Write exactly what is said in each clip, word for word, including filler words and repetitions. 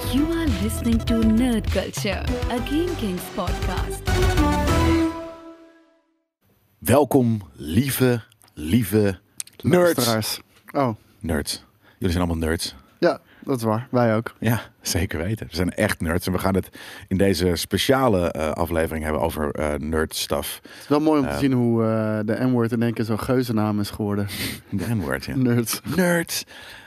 You are listening to Nerd Culture, a Game Kings podcast. Welkom, lieve, lieve nerds. Luisteraars. Oh, Nerds. Jullie zijn allemaal nerds. ja, dat is waar. Wij ook. Ja, zeker weten. We zijn echt nerds. En we gaan het in deze speciale uh, aflevering hebben over uh, nerd stuff. Het is wel mooi om Uh, te zien hoe uh, de N-word in één keer zo'n geuzennaam is geworden. De N-word, ja. Nerds. Nerds.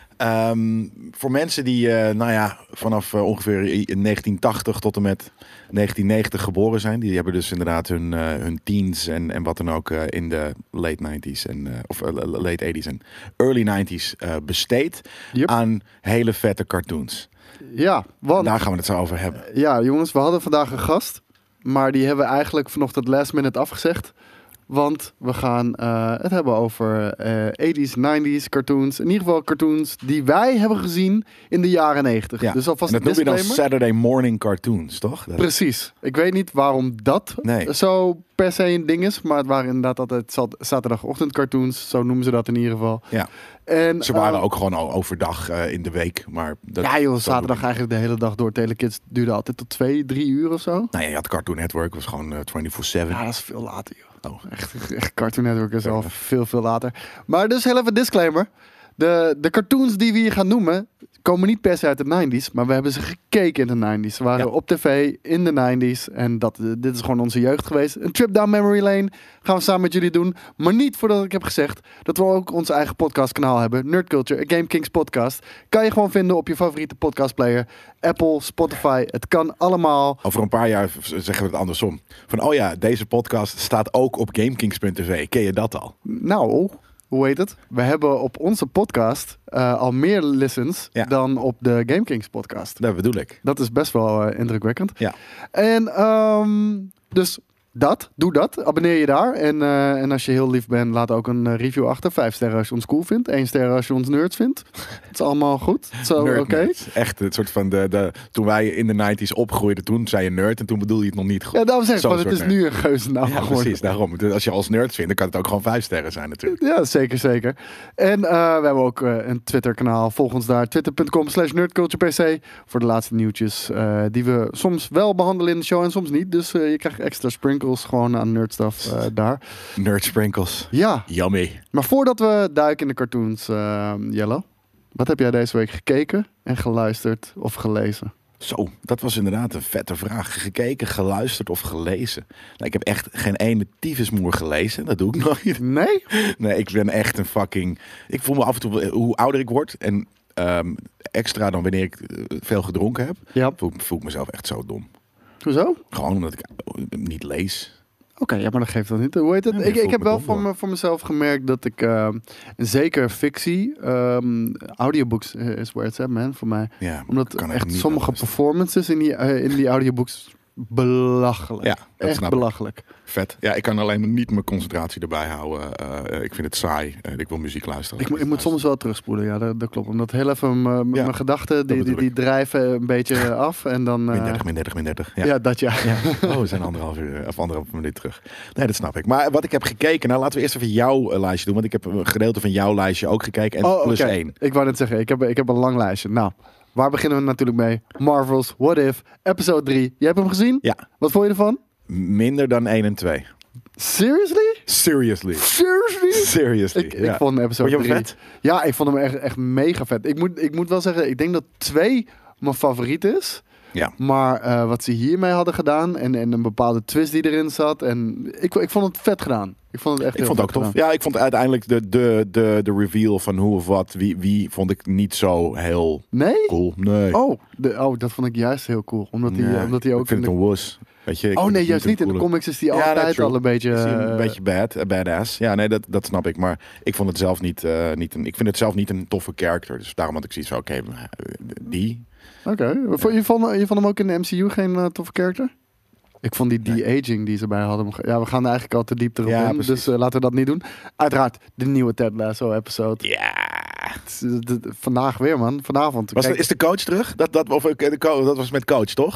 Um, voor mensen die, uh, nou ja, vanaf uh, ongeveer negentien tachtig tot en met negentien negentig geboren zijn. Die hebben dus inderdaad hun, uh, hun teens en, en wat dan ook uh, in de late nineties en, uh, of uh, late eighties en early nineties uh, besteed Yep. aan hele vette cartoons. Ja, want... Daar gaan we het zo over hebben. Ja, jongens, we hadden vandaag een gast. Maar die hebben we eigenlijk vanochtend last minute afgezegd. Want we gaan uh, het hebben over uh, eighties, nineties cartoons. In ieder geval cartoons die wij hebben gezien in de jaren negentig. Ja. Dus alvast En een dat noem je dan disclaimer. Saturday morning cartoons, toch? Dat... Precies. Ik weet niet waarom dat Nee. zo per se een ding is. Maar het waren inderdaad altijd zat- zaterdagochtend cartoons. Zo noemen ze dat in ieder geval. Ja. En, Ze waren uh, ook gewoon al overdag uh, in de week. Maar dat, ja joh, dat zaterdag doe ik eigenlijk de hele dag door. Telekids duurde altijd tot twee, drie uur of zo. niet. Nou ja, je had Cartoon Network, was gewoon uh, vierentwintig zeven. Ja, dat is veel later joh. Oh. Echt, echt Cartoon Network is Ja. al veel, veel later. Maar dus heel even disclaimer. De, de cartoons die we hier gaan noemen, komen niet per se uit de nineties. Maar we hebben ze gekeken in de nineties. Ze waren Ja. op tv in de nineties. En dat, dit is gewoon onze jeugd geweest. Een trip down memory lane gaan we samen met jullie doen. Maar niet voordat ik heb gezegd dat we ook ons eigen podcastkanaal hebben. Nerd Culture, a Game Kings podcast. Kan je gewoon vinden op je favoriete podcastplayer. Apple, Spotify, het kan allemaal. Over een paar jaar zeggen we het andersom. Van, oh ja, deze podcast staat ook op gamekings punt t v. Ken je dat al? Nou, hoe heet het? We hebben op onze podcast uh, al meer listens Ja. dan op de Game Kings podcast. Dat bedoel ik. Dat is best wel uh, indrukwekkend. Ja. En um, dus dat, doe dat. Abonneer je daar. En, uh, en als je heel lief bent, laat ook een uh, review achter. Vijf sterren als je ons cool vindt. Eén ster als je ons nerds vindt. Het is allemaal goed. Zo, oké. Nerd nerds. Echt, het soort van de, de, toen wij in de nineties opgroeiden, toen zei je nerd en toen bedoel je het nog niet goed. Ja, daarom zeg ik Zo'n gewoon, het is soort nu een geuzennaam Ja, geworden. precies, daarom. Dus als je als nerd vindt, dan kan het ook gewoon vijf sterren zijn natuurlijk. Ja, zeker, zeker. En uh, we hebben ook uh, een Twitter-kanaal. Volg ons daar, twitter punt com slash nerdculturepc. Voor de laatste nieuwtjes uh, die we soms wel behandelen in de show en soms niet. Dus uh, je krijgt extra sprinkles gewoon aan nerdstuff uh, daar. Nerd sprinkles. Ja, Yummy. maar voordat we duiken in de cartoons, uh, Jelle. Wat heb jij deze week gekeken en geluisterd of gelezen? Zo, dat was inderdaad een vette vraag. Gekeken, geluisterd of gelezen? Nou, ik heb echt geen ene tyfusmoer gelezen. Dat doe ik nooit. Nee? Nee, ik ben echt een fucking... Ik voel me af en toe, hoe ouder ik word... en um, extra dan wanneer ik uh, veel gedronken heb... Ja. Voel, voel ik mezelf echt zo dom. Hoezo? Gewoon omdat ik uh, niet lees. Oké, okay, ja, maar dat geeft dat niet. Hoe heet het? Nee, ik, voel ik heb me wel dom voor, door. me, voor mezelf gemerkt dat ik, uh, zeker fictie, um, audiobooks is where it's at, man, voor mij. Ja, Omdat kan echt niet sommige anders. performances in die, uh, in die audiobooks belachelijk. Ja, dat echt snap ik. belachelijk. Vet. Ja, ik kan alleen niet mijn concentratie erbij houden. Uh, ik vind het saai. Uh, ik wil muziek luisteren. Ik, mo- ik moet soms wel terugspoelen, ja, dat, dat klopt. Omdat heel even mijn Ja, mijn gedachten, die, bedoel die, die ik. drijven een beetje af. En dan, uh, Min dertig, min dertig, min dertig. Ja. ja. dat ja. Ja. Oh, we zijn anderhalf uur of anderhalf minuut terug. Nee, dat snap ik. Maar wat ik heb gekeken, nou laten we eerst even jouw uh, lijstje doen. Want ik heb een gedeelte van jouw lijstje ook gekeken. En Oh, plus oké. één. Ik wou net zeggen, ik heb, ik heb een lang lijstje. Nou, waar beginnen we natuurlijk mee? Marvel's What If, episode drie. Jij hebt hem gezien? Ja, Wat vond je ervan? minder dan één en twee. Seriously? Seriously. Seriously? Seriously. Ik, ja. ik vond episode Vond je hem drie... vet? Ja, ik vond hem echt, echt mega vet. Ik moet, ik moet wel zeggen, ik denk dat twee mijn favoriet is. Ja. Maar uh, wat ze hiermee hadden gedaan en, en een bepaalde twist die erin zat. En ik, ik vond het vet gedaan. Ik vond het echt Ik heel vond het ook vet tof. gedaan. Ja, ik vond uiteindelijk de, de, de, de reveal van hoe of wat, wie, wie vond ik niet zo heel Nee? cool. Nee. Oh, de, oh, dat vond ik juist heel cool. Omdat hij, Ja, omdat hij ook... ik vind in het de- een wuss. Weet je, ik Oh vind nee, het juist niet. In de coole- comics is hij Ja, nee, altijd true. al een beetje... Is hij een uh, beetje bad, uh, badass. Ja, nee, dat, dat snap ik. Maar ik vond het zelf niet, uh, niet een, ik vind het zelf niet een toffe character. Dus daarom had ik zoiets van, oké, okay, die. Oké. Okay. Je, vond, je vond hem ook in de M C U geen uh, toffe character? Ik vond die de-aging die ze bij hadden. Ja, we gaan eigenlijk al te diep erop Ja, in. precies. Dus uh, laten we dat niet doen. Uiteraard de nieuwe Ted Lasso episode. Ja. Het is, uh, Vandaag weer, man. Vanavond. Was Kijk, de, is de coach terug? Dat, dat, of, de co- dat was met coach, toch?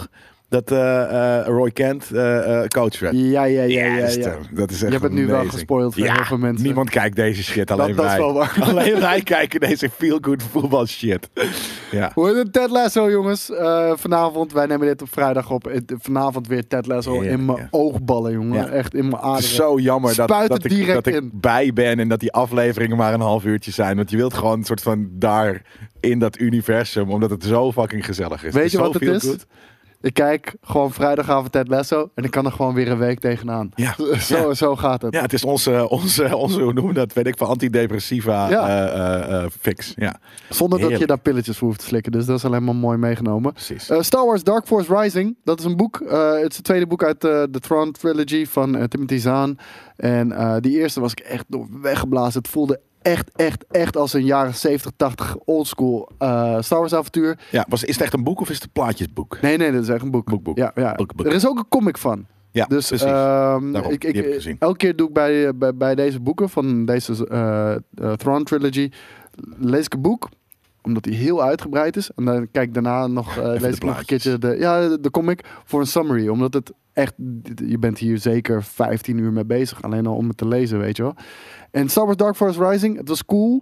dat uh, uh, Roy Kent uh, uh, coach werd. Ja, ja, ja, ja. Yes, ja. dat is echt Je hebt het nu wel amazing. gespoild voor ja, heel veel mensen. Niemand kijkt deze shit, alleen Dat, dat is wij. wel waar. Alleen wij kijken deze feel-good voetbal shit. Ja. Hoe is het, Ted Lasso, jongens? Uh, vanavond, wij nemen dit op vrijdag op. Het, vanavond weer Ted Lasso Heerlijk, in mijn ja. oogballen, jongen. Ja. Echt in mijn Het aderen. is zo jammer dat, Spuit dat, het ik, direct dat ik in. bij ben en dat die afleveringen maar een half uurtje zijn. Want je wilt gewoon een soort van daar in dat universum, omdat het zo fucking gezellig is. Weet het je is wat het zo is? feel good. Ik kijk gewoon vrijdagavond Ted Lasso en ik kan er gewoon weer een week tegenaan. Ja. Zo, Ja. zo gaat het. Ja, het is onze, onze, onze hoe noemen we dat, weet ik van antidepressiva Ja. uh, uh, uh, fix. Ja, Zonder dat je Heerlijk. daar pilletjes voor hoeft te slikken. Dus dat is alleen maar mooi meegenomen. precies. Uh, Star Wars Dark Force Rising. Dat is een boek. Uh, het is het tweede boek uit uh, de Tron Trilogy van uh, Timothy Zahn. En uh, die eerste was ik echt door weggeblazen. Het voelde echt, echt, echt als een jaren zeventig, tachtig oldschool uh, Star Wars avontuur. Ja, was, is het echt een boek of is het een plaatjesboek? Nee, nee, dat is echt een boek. Boek, boek. Ja, ja. Boek, boek. Er is ook een comic van. Ja, Dus precies. ehm, Daarom, ik, die ik, heb ik gezien. elke keer doe ik bij, bij, bij deze boeken van deze uh, uh, Thrawn Trilogy, lees ik een boek, omdat die heel uitgebreid is. En dan kijk ik daarna nog, uh, de lees ik nog een plaatjes. keertje de, ja, de, de comic voor een summary. Omdat het echt, je bent hier zeker vijftien uur mee bezig, alleen al om het te lezen, weet je wel. En Star Wars Dark Force Rising, het was cool.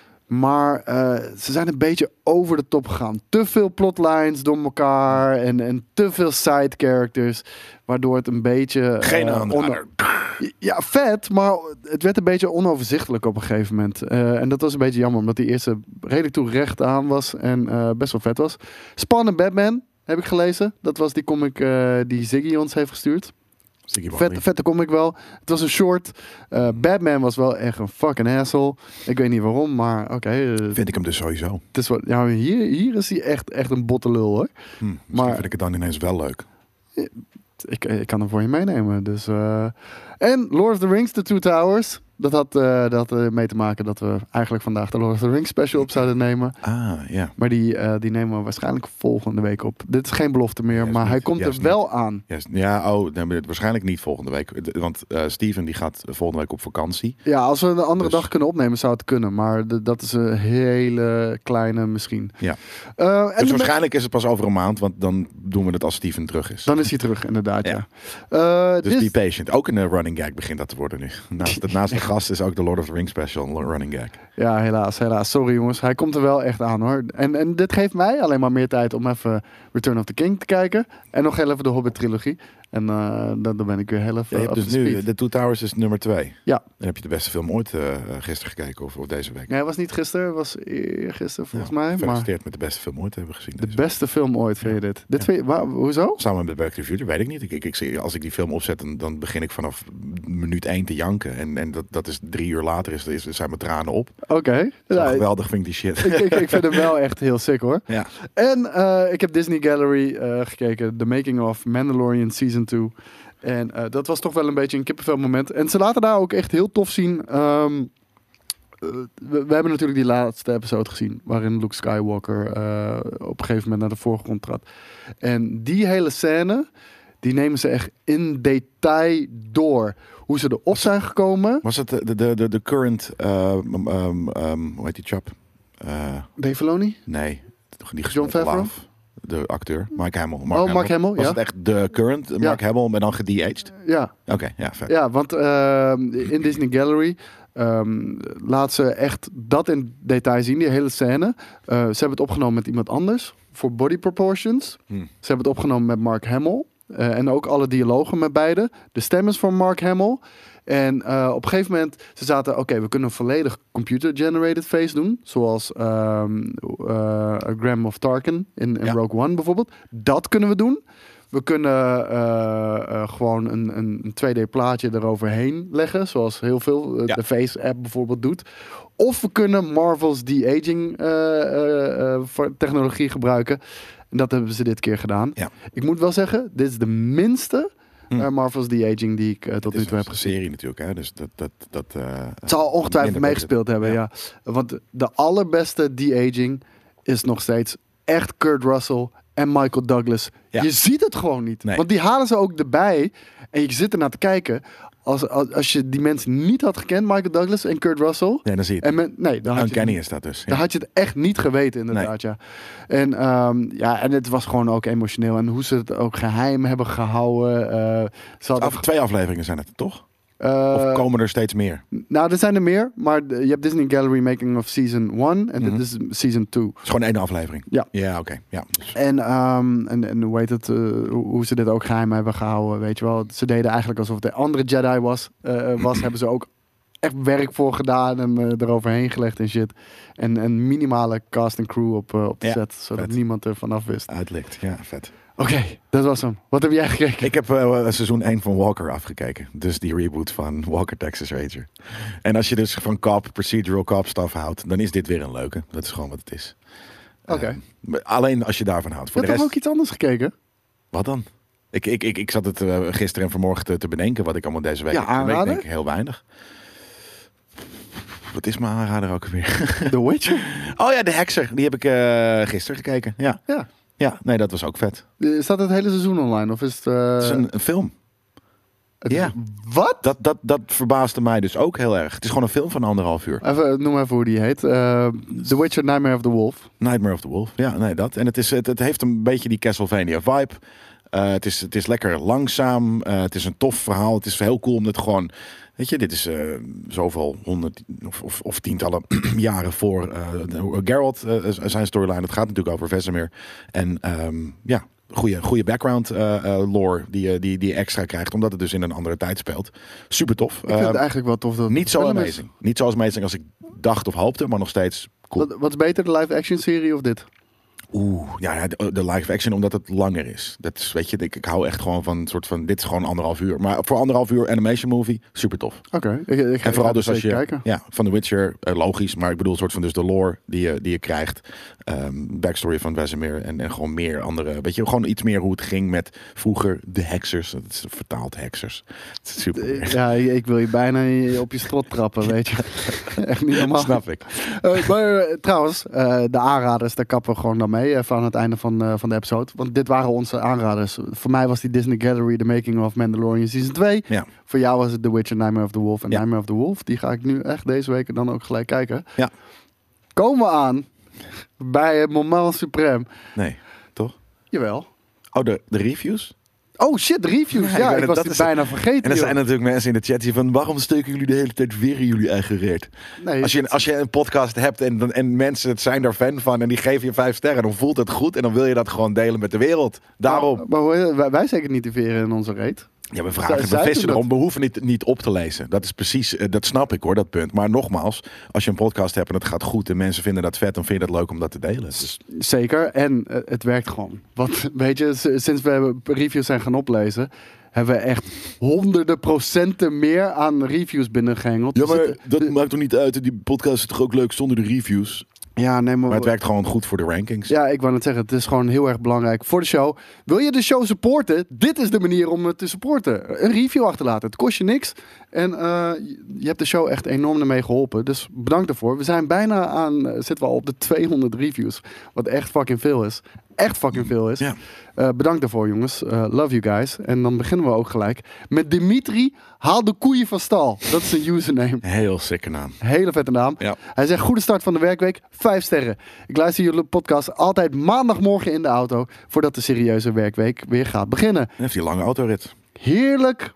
Maar uh, ze zijn een beetje over de top gegaan. Te veel plotlines door elkaar en, en te veel side characters. Waardoor het een beetje... Geen uh, aanrader. on- Ja, vet, maar het werd een beetje onoverzichtelijk op een gegeven moment. Uh, en dat was een beetje jammer, omdat die eerste redelijk toe recht aan was en uh, best wel vet was. Spawn en Batman heb ik gelezen. Dat was die comic uh, die Ziggy ons heeft gestuurd. Sticky Vet, Bobby. vette comic wel. Het was een short. Uh, Batman was wel echt een fucking asshole. Ik weet niet waarom, maar oké. Okay, uh, Vind ik hem dus sowieso. het is wat, ja, hier, hier is hij echt, echt een botte lul, hoor. Hm, misschien Maar- vind ik het dan ineens wel leuk. Ik, ik kan hem voor je meenemen. Dus, uh... En Lord of the Rings, The Two Towers. Dat had, uh, dat had uh, mee te maken dat we eigenlijk vandaag de Lord of the Rings special op zouden nemen. Ah, ja. Maar die, uh, die nemen we waarschijnlijk volgende week op. Dit is geen belofte meer, Juist maar niet, hij komt er juist wel aan. Ja, ja, oh, nee, maar waarschijnlijk niet volgende week. D- Want uh, Steven die gaat volgende week op vakantie. Ja, als we een andere Dus- dag kunnen opnemen, zou het kunnen. Maar d- dat is een hele kleine misschien. Ja. Uh, en Dus de- waarschijnlijk is het pas over een maand, want dan doen we het als Steven terug is. Dan is hij terug, inderdaad, ja. Ja. Uh, Dus dit- be patient. Ook een uh, running gag begint dat te worden nu. Naast, de, naast de gast is ook de Lord of the Rings special een running gag. Ja, helaas, helaas. Sorry jongens, hij komt er wel echt aan, hoor. En, en dit geeft mij alleen maar meer tijd om even Return of the King te kijken. En nog heel even de Hobbit-trilogie. En uh, dan, dan ben ik weer heel even Ja, je hebt up dus to nu, speed. The Two Towers is nummer twee. Ja. Dan heb je de beste film ooit uh, gisteren gekeken of, of deze week. Nee, het was niet gisteren, het was gisteren volgens mij. Maar Gefeliciteerd met de beste film ooit hebben we gezien. de deze week. beste film ooit, vind je dit? Dit Ja. vind je, waar, hoezo? Samen met Back to the Future, weet ik niet. Ik, ik, ik, zie- als ik die film opzet, dan, dan begin ik vanaf minuut één te janken. En, en dat, dat is drie uur later, is, is, zijn mijn tranen op. Oké. Zo Ja, geweldig vind ik die shit. ik, ik, ik vind hem wel echt heel sick, hoor. Ja. En uh, ik heb Disney Gallery uh, gekeken. The Making of Mandalorian Season two. En uh, dat was toch wel een beetje een kippenvel moment. En ze laten daar ook echt heel tof zien. Um, uh, we, we hebben natuurlijk die laatste episode gezien. Waarin Luke Skywalker uh, op een gegeven moment naar de voorgrond trad. En die hele scène, die nemen ze echt in detail door. Hoe ze erop zijn gekomen. Was het de, de, de, de current, uh, um, um, um, hoe heet die chap? Uh, Dave Filoni? nee, die John gespeeld Favreau? Love. De acteur, Mark Hamill. Oh, Mark Hamill, Was ja. het echt de current Mark Hamill, maar dan gede-aged? Ja. Oké, ja, vet. Ja, want uh, in Disney Gallery um, laat ze echt dat in detail zien, die hele scène. Uh, ze hebben het opgenomen met iemand anders voor body proportions. Hm. Ze hebben het opgenomen met Mark Hamill. Uh, en ook alle dialogen met beide. De stem is van Mark Hamill. En uh, op een gegeven moment, ze zaten, oké, okay, we kunnen een volledig computer-generated face doen. Zoals um, uh, Graham of Tarkin in, in Ja. Rogue One bijvoorbeeld. Dat kunnen we doen. We kunnen uh, uh, gewoon een, een, een twee D plaatje eroverheen leggen. Zoals heel veel uh, Ja. de Face-app bijvoorbeeld doet. Of we kunnen Marvel's de-aging uh, uh, uh, voor technologie gebruiken. En dat hebben ze dit keer gedaan. Ja. Ik moet wel zeggen, dit is de minste Hm. uh, Marvel's de-aging die ik uh, tot Het nu is toe heb een gezien. serie natuurlijk, hè? Dus dat... dat, dat uh, Het zal ongetwijfeld minder meegespeeld hebben, ja. Ja. Want de allerbeste de-aging is nog steeds echt Kurt Russell en Michael Douglas. Ja. Je ziet het gewoon niet. Nee. Want die halen ze ook erbij. En je zit ernaar te kijken. Als, als, als je die mensen niet had gekend, Michael Douglas en Kurt Russell. Nee, dan zie je het. En men, nee, dan had, je Uncanny het, is dat dus. Ja. dan had je het echt niet geweten, inderdaad. Ja. En, um, ja, en het was gewoon ook emotioneel. En hoe ze het ook geheim hebben gehouden. Uh, ze hadden Af, twee afleveringen zijn het, toch? Uh, of komen er steeds meer? Nou, er zijn er meer. Maar je hebt Disney Gallery Making of Season one. En Mm-hmm. dit is Season two. Het is gewoon één aflevering? Ja. Ja, oké. Okay. Ja. En, um, en, en hoe heet het? Uh, hoe ze dit ook geheim hebben gehouden, weet je wel. Ze deden eigenlijk alsof het de andere Jedi was. Uh, was hebben ze ook echt werk voor gedaan en uh, eroverheen gelegd en shit. En een minimale cast en crew op, uh, op de ja, set. Zodat vet. niemand er vanaf wist. Uitlikt, ja, vet. Oké, okay, dat was hem. Wat heb jij gekeken? Ik heb uh, seizoen één van Walker afgekeken. Dus die reboot van Walker Texas Ranger. En als je dus van cop, procedural cop stuff houdt, dan is dit weer een leuke. Dat is gewoon wat het is. Oké. Okay. Uh, alleen als je daarvan houdt. Voor je de hebt rest... toch ook iets anders gekeken? Wat dan? Ik, ik, ik, ik zat het uh, gisteren en vanmorgen te, te bedenken wat ik allemaal deze week... Ja, aanrader? Ik denk heel weinig. Wat is mijn aanrader ook weer? The Witcher? Oh ja, de Hekser. Die heb ik uh, gisteren gekeken. Ja. Ja. Ja, nee, dat was ook vet. Staat het hele seizoen online? Of is het... Uh... Het is een, een film. Het ja. Is... Wat? Dat, dat, dat verbaasde mij dus ook heel erg. Het is gewoon een film van anderhalf uur. Even, noem even hoe die heet. Uh, The Witcher Nightmare of the Wolf. Nightmare of the Wolf. Ja, nee, dat. En het, is, het, het heeft een beetje die Castlevania vibe. Uh, het, is, het is lekker langzaam. Uh, het is een tof verhaal. Het is heel cool om het gewoon... Weet je, dit is uh, zoveel honderd of, of, of tientallen jaren voor uh, Geralt, uh, zijn storyline. Het gaat natuurlijk over Vesemir. En um, ja, goede, goede background uh, uh, lore die, die, die je extra krijgt. Omdat het dus in een andere tijd speelt. Super tof. Ik vind uh, het eigenlijk wel tof. Dat niet zo amazing. is. Niet zo amazing als ik dacht of hoopte, maar nog steeds cool. Wat, wat is beter, de live-action serie of dit? Oeh, ja, de, de live action omdat het langer is. Dat is, weet je, ik, ik hou echt gewoon van een soort van, dit is gewoon anderhalf uur. Maar voor anderhalf uur animation movie, super tof. Oké, okay. ik, ik ga en vooral dus als je, kijken. ja, van The Witcher, uh, logisch, maar ik bedoel een soort van dus de lore die je, die je krijgt. Um, backstory van Vesemir en, en gewoon meer andere, weet je, gewoon iets meer hoe het ging met vroeger de heksers. Dat is vertaald heksers. Het is super. Ja, ik wil je bijna op je strot trappen, weet je. Echt niet normaal. Snap ik. Uh, maar uh, trouwens, uh, de aanraders, daar kappen we gewoon dan mee uh, van het einde van, uh, van de episode. Want dit waren onze aanraders. Voor mij was die Disney Gallery The Making of Mandalorian Season twee. Ja. Voor jou was het The Witcher Nightmare of the Wolf. En ja. Nightmare of the Wolf, die ga ik nu echt deze week dan ook gelijk kijken. Ja. Komen we aan bij het moment suprême. Nee, toch? Jawel. Oh, de, de reviews? Oh shit, de reviews. Ja, ja ik, ik was het bijna vergeten. En er zijn natuurlijk mensen in de chat die van, waarom steken jullie de hele tijd weer in jullie eigen reet? Nee, als, je, als je een podcast hebt en, en mensen zijn daar fan van en die geven je vijf sterren, dan voelt het goed en dan wil je dat gewoon delen met de wereld. Daarom. Maar, maar wij, wij zeker niet te veren in onze reet. Ja, we vragen, we vissen erom, we hoeven niet, niet op te lezen. Dat is precies, dat snap ik hoor, dat punt. Maar nogmaals, als je een podcast hebt en het gaat goed en mensen vinden dat vet, dan vind je dat leuk om dat te delen. Dus... Zeker, en uh, het werkt gewoon. Want weet je, sinds we reviews zijn gaan oplezen, hebben we echt honderden procenten meer aan reviews binnengehengeld. Ja, maar dus het, dat de, maakt toch niet uit. Die podcast is toch ook leuk zonder de reviews? Ja, nee, maar, maar het werkt gewoon goed voor de rankings. Ja, ik wou net zeggen, het is gewoon heel erg belangrijk voor de show. Wil je de show supporten? Dit is de manier om het te supporten. Een review achterlaten. Het kost je niks. En uh, je hebt de show echt enorm ermee geholpen. Dus bedankt daarvoor. We zijn bijna aan, uh, zitten we al op de tweehonderd reviews. Wat echt fucking veel is. Echt fucking veel is. Ja. Uh, bedankt daarvoor, jongens. Uh, love you guys. En dan beginnen we ook gelijk met Dimitri. Haal de koeien van stal. Dat is een username. Heel sikke naam. Hele vette naam. Ja. Hij zegt, goede start van de werkweek. Vijf sterren. Ik luister jullie podcast altijd maandagmorgen in de auto. Voordat de serieuze werkweek weer gaat beginnen. Dan heeft hij een lange autorit. Heerlijk.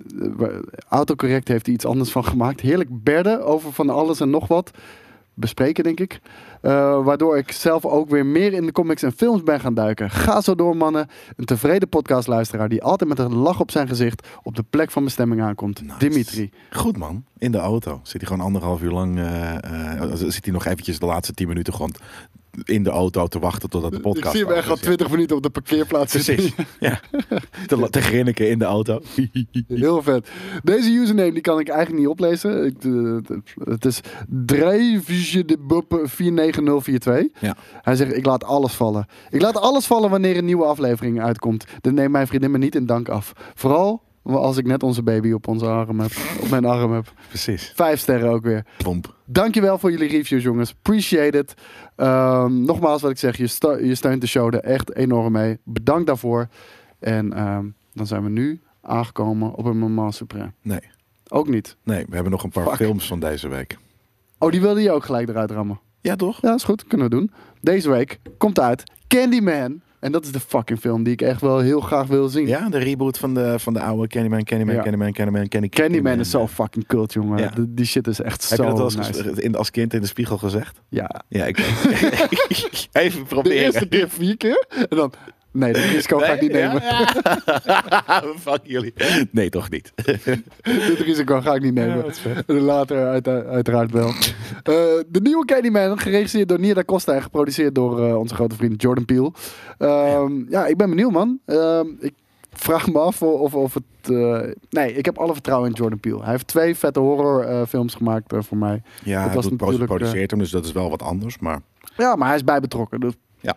Autocorrect heeft er iets anders van gemaakt. Heerlijk berden over van alles en nog wat. Bespreken, denk ik. Uh, waardoor ik zelf ook weer meer in de comics en films ben gaan duiken. Ga zo door, mannen. Een tevreden podcastluisteraar die altijd met een lach op zijn gezicht op de plek van bestemming aankomt. Nice. Dimitri. Goed, man. In de auto. Zit hij gewoon anderhalf uur lang... Uh, uh, zit hij nog eventjes de laatste tien minuten gewoon in de auto te wachten totdat de podcast... Ik zie hem echt al twintig minuten op de parkeerplaats zitten. Precies. Ja. Te, te grinniken in de auto. Heel vet. Deze username die kan ik eigenlijk niet oplezen. Ik, uh, het is Drijvje de Bup vier negen nul vier twee. Ja. Hij zegt, ik laat alles vallen. Ik laat alles vallen wanneer een nieuwe aflevering uitkomt. Dat neemt mijn vriendin me niet in dank af. Vooral als ik net onze baby op onze arm heb. Op mijn arm heb. Precies. Vijf sterren ook weer. Plomp. Dankjewel voor jullie reviews, jongens. Appreciate it. Um, nogmaals wat ik zeg, je, stu- je steunt de show er echt enorm mee. Bedankt daarvoor. En um, dan zijn we nu aangekomen op een moment supreme. Nee. Ook niet. Nee, we hebben nog een paar Fuck. films van deze week. Oh, die wilde je ook gelijk eruit rammen. Ja, toch? Ja, is goed. Kunnen we doen. Deze week komt uit Candyman. En dat is de fucking film die ik echt wel heel graag wil zien. Ja, de reboot van de, van de oude Candyman, Candyman, Ja. Candyman, Candyman, Candy, Candyman is zo fucking cult, jongen. Ja. Die, die shit is echt Heb zo je dat wel eens nice. ges- in, als kind in de spiegel gezegd? Ja. Ja, ik Even De proberen. eerste keer vier keer. En dan... Nee, dat risico ga ik niet nemen. Ja. Fuck jullie. Nee, toch niet. Dit risico ga ik niet nemen. Ja, wat vet. Later uit, uiteraard wel. Uh, de nieuwe Candyman, geregisseerd door Nia Da Costa en geproduceerd door uh, onze grote vriend Jordan Peele. Um, ja, ik ben benieuwd, man. Um, ik vraag me af of, of het... Uh, nee, ik heb alle vertrouwen in Jordan Peele. Hij heeft twee vette horrorfilms uh, gemaakt uh, voor mij. Ja, Dat hij was doet, natuurlijk, produceert hem, dus dat is wel wat anders. Maar Ja, maar hij is bij betrokken. Dus ja,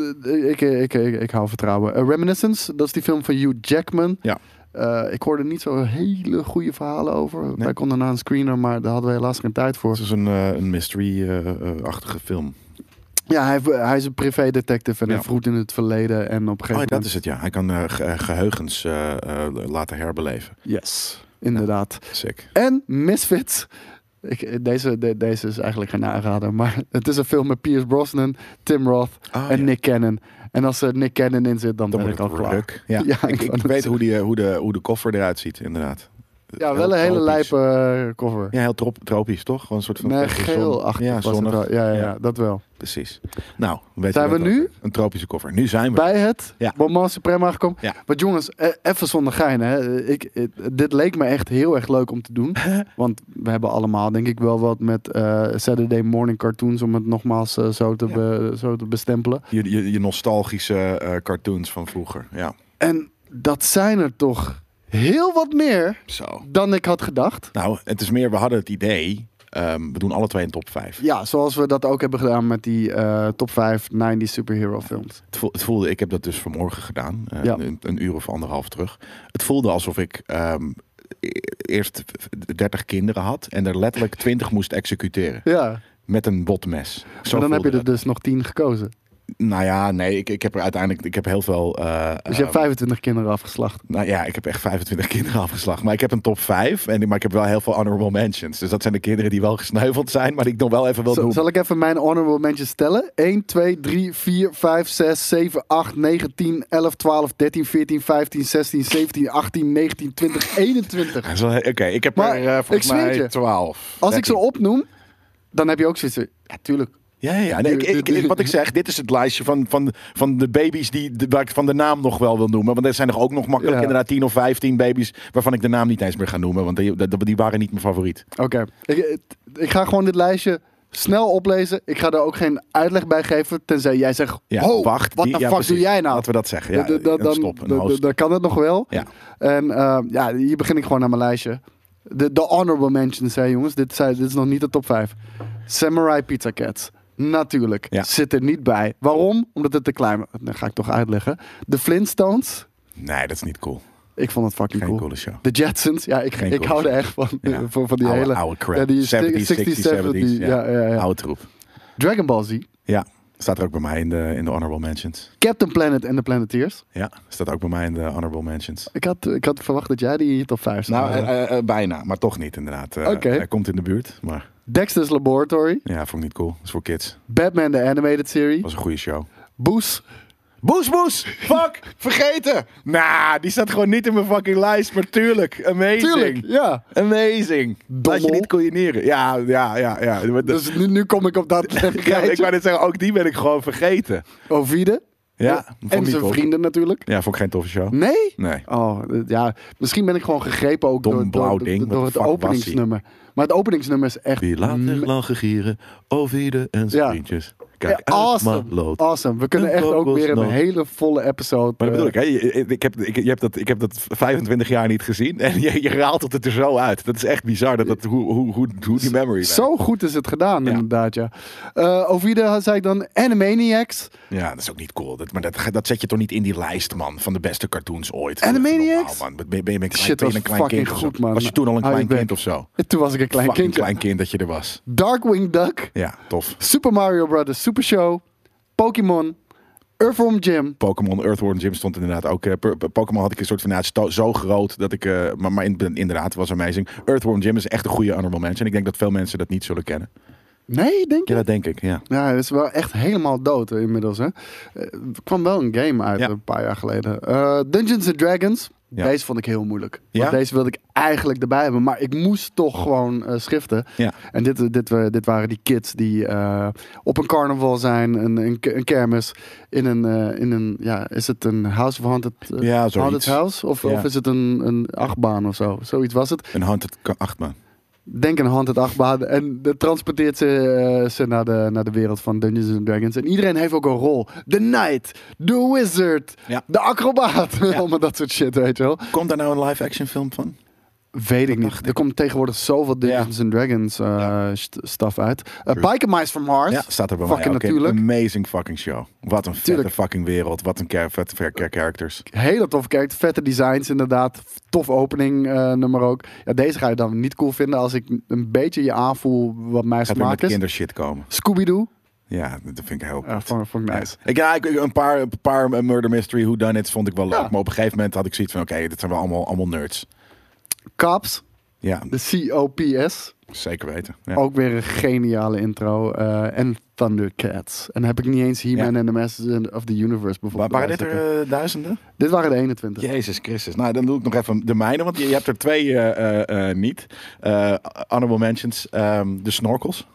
ik, ik, ik, ik hou vertrouwen. Uh, Reminiscence, dat is die film van Hugh Jackman. ja. Uh, ik hoorde niet zo hele goede verhalen over. Wij konden naar een screener, maar daar hadden we helaas geen tijd voor. Het is een, uh, een mystery-achtige film. Ja, hij, hij is een privédetective en Ja. hij vroet in het verleden. En op een Oh, gegeven ja, dat moment... is het, ja. Hij kan uh, ge- geheugens uh, uh, laten herbeleven. Yes, inderdaad. Sick. En Misfits. Ik, deze, de, deze is eigenlijk geen aanrader, maar het is een film met Pierce Brosnan, Tim Roth Oh, en ja. Nick Cannon. En als er Nick Cannon in zit, dan, Dan ben ik wordt al het klaar. druk. Ja, Ja, ik, ik ik wou net weet hoe, die, uh, hoe, de, hoe de koffer eruit ziet, inderdaad. Ja, wel een hele tropisch. lijpe uh, cover. Ja, heel trop- tropisch, toch? Gewoon een soort van... Nee, beetje zon. geel-achtig Ja, was het zonnig. wel. Ja, ja, ja, Ja. dat wel. Precies. Nou, weet Zijn je we dat nu? ook? Een tropische koffer. Nu zijn we. Bij het Ja. Moment Supreme aangekomen. Ja. Maar jongens, eh, even zonder gein. Hè. Ik, eh, dit leek me echt heel erg leuk om te doen. Want we hebben allemaal denk ik wel wat met eh, Saturday morning cartoons. Om het nogmaals eh, zo, te Ja. be- zo te bestempelen. Je, je, je nostalgische uh, cartoons van vroeger. Ja. En dat zijn er toch heel wat meer Zo. dan ik had gedacht. Nou, het is meer, we hadden het idee... Um, we doen alle twee een top vijf. Ja, zoals we dat ook hebben gedaan met die uh, top vijf negentig superhero films. Het, voel, het voelde, ik heb dat dus vanmorgen gedaan. Uh, Ja. een, een uur of anderhalf terug. Het voelde alsof ik um, e- eerst dertig kinderen had... en er letterlijk twintig moest executeren. Ja, Met een botmes. Zo maar dan heb je voelde er dus nog tien gekozen. het. Nou ja, nee, ik, ik heb er uiteindelijk... Ik heb heel veel... Uh, Dus je hebt vijfentwintig kinderen afgeslacht. Nou ja, ik heb echt vijfentwintig kinderen afgeslacht. Maar ik heb een top vijf. En, maar ik heb wel heel veel honorable mentions. Dus dat zijn de kinderen die wel gesneuveld zijn. Maar die ik nog wel even wil Zal, doen. zal ik even mijn honorable mentions stellen? één, twee, drie, vier, vijf, zes, zeven, acht, negen, tien, elf, twaalf, dertien, veertien, vijftien, zestien, zeventien, achttien, negentien, twintig, eenentwintig. Oké, okay, ik heb Maar er uh, ik volgens zweer mij je, twaalf. Als ik ze opnoem, dan heb je ook zoiets van, ja, tuurlijk. Ja, ja, ja. Nee, ik, ik, ik- wat ik zeg, dit is het lijstje van, van, van de baby's die, de, waar ik van de naam nog wel wil noemen. Want er zijn er ook nog makkelijk Ja. inderdaad tien of vijftien baby's waarvan ik de naam niet eens meer ga noemen. Want die, die, die waren niet mijn favoriet. Oké, ik, ik ga gewoon dit lijstje snel oplezen. Ik ga er ook geen uitleg bij geven, tenzij jij zegt, Ja, ho, wacht. wat die- de ja, fuck precies. doe jij nou? Laten we dat zeggen. Ja, Da- da- een dan, stop, een da- da- host. dan kan het nog wel. Ja. En uh, ja, hier begin ik gewoon naar mijn lijstje. De, de honorable mentions, hè jongens. Dit, zijn, dit is nog niet de top vijf. Samurai Pizza Cats. Natuurlijk. Ja. Zit er niet bij. Waarom? Omdat het te klein was. Dat ga ik toch uitleggen. De Flintstones. Nee, dat is niet cool. Ik vond het fucking Geen cool. coole show. De Jetsons. Ja, ik, Geen ik coole hou er show. echt van. Ja. Van, van die oude, hele... oude crap. Ja, die zeventies, zestig, zestig, zeventies. Ja, ja, ja. Oude troep. Dragon Ball Z. Ja, staat er ook bij mij in de, in de honorable mentions. Captain Planet en de Planeteers. Ja, staat ook bij mij in de honorable mentions. Ik had, ik had verwacht dat jij die in je top vijf zou Nou, hebben. eh, eh, eh, bijna, maar toch niet inderdaad. Eh, Oké. Hij komt in de buurt, maar Dexter's Laboratory. ja, vond ik niet cool. Dat is voor kids. Batman de Animated Series. Was een goede show. Boos. Boes, boes! Fuck! Vergeten! Nah, die staat gewoon niet in mijn fucking lijst, maar tuurlijk. Amazing. Tuurlijk, ja. Amazing. Laat je Dommel. niet koördineren. Ja, ja, ja. ja. Maar dat- Dus nu, nu kom ik op dat ja, ik rijtje. wou net zeggen, ook die ben ik gewoon vergeten. Ovide. Ja, vond En ik zijn niet tof. vrienden natuurlijk. Ja, vond ik geen toffe show. Nee? Nee. Oh, eh, ja. Misschien ben ik gewoon gegrepen ook Dom door, blauw door, ding. door, door Wat het de fuck was openingsnummer. Maar het openingsnummer is echt... Wie laat zich lang gieren, Ovide en zijn Ja. vriendjes. Ja, Kijk, awesome. Lood. Awesome. We kunnen Een echt ook kokosnoot. weer een hele volle episode... Maar dat bedoel eh, ik, hè? Je- Ik heb, ik, je hebt dat, ik heb dat vijfentwintig jaar niet gezien en je, je raalt het er zo uit. Dat is echt bizar dat dat, hoe, hoe, hoe, hoe die memory werkt. Zo goed is het gedaan, Ja. inderdaad, ja. Uh, Ovide zei ik dan Animaniacs. Ja, dat is ook niet cool. Dat, maar dat, dat zet je toch niet in die lijst, man, van de beste cartoons ooit. Animaniacs? Normaal, man. Ben, ben, ben je een klein, Shit ben je was een klein fucking kind of zo? goed, man. Was je toen al een Hou je klein kind bek. of zo? En toen was ik een klein Fucking kindje. klein kind dat je er was. Darkwing Duck. Ja, tof. Super Mario Brothers Super Show. Pokémon. Earthworm Jim. Pokémon Earthworm Jim stond inderdaad ook. Uh, Pokémon had ik een soort van, ja, sto- zo groot dat ik, uh, maar, maar in, inderdaad, was amazing. Earthworm Jim is echt een goede honorable mention. Ik denk dat veel mensen dat niet zullen kennen. Nee, denk je? Ja, dat denk ik, ja. Ja, het is wel echt helemaal dood uh, inmiddels. Hè? Uh, er kwam wel een game uit Ja. een paar jaar geleden. Uh, Dungeons and Dragons. Ja. Deze vond ik heel moeilijk. Ja? Want deze wilde ik eigenlijk erbij hebben. Maar ik moest toch gewoon uh, schriften. Ja. En dit, dit, uh, dit waren die kids die uh, op een carnaval zijn. Een, een, een kermis. In een, uh, in een, ja, is het een House of Haunted, uh, Ja, zoiets. Haunted House? Of, Ja. of is het een, een achtbaan of zo? Zoiets was het. Een Haunted achtbaan. Denk een Haunted achtbaan. En dat transporteert ze, uh, ze naar, de, naar de wereld van Dungeons and Dragons. En iedereen heeft ook een rol. De Knight, de Wizard, Ja. de acrobaat. Ja. Allemaal dat soort shit, weet je wel. Komt daar nou een live-action film van? Weet ik dacht niet. ik. Er komt tegenwoordig zoveel Dungeons and Dragons uh, Ja. st- stuff uit. Uh, Biker Mice from Mars. Ja, staat er bij Fucking mij ook in. natuurlijk. Amazing fucking show. Wat een vette Tuurlijk. fucking wereld. Wat een ker- vette ver- ker- characters. Hele toffe kijkt. Vette designs inderdaad. Tof opening uh, nummer ook. Ja, deze ga je dan niet cool vinden als ik een beetje je aanvoel wat mijn Gaat weer smaak met is. kindershit komen. Scooby-Doo. Ja, dat vind ik heel Ja, goed. vond, vond ik nice. Ik, ja, ik, een paar, een paar murder mystery whodunits vond ik wel leuk. Ja. Maar op een gegeven moment had ik zoiets van, oké, dit zijn wel allemaal, allemaal nerds. Cops. Ja, De C O P S. zeker weten. Ja. Ook weer een geniale intro. Uh, en Thundercats. En dan heb ik niet eens He-Man Ja. en the Masters of the Universe Wa- bijvoorbeeld. waren dit bij er zitten. eh, duizenden? Dit waren de eenentwintig. Jezus Christus. Nou, dan doe ik nog even de mijne, want je, je hebt er twee eh, eh, eh, niet. Eh, honorable mentions. Ehm, de snorkels.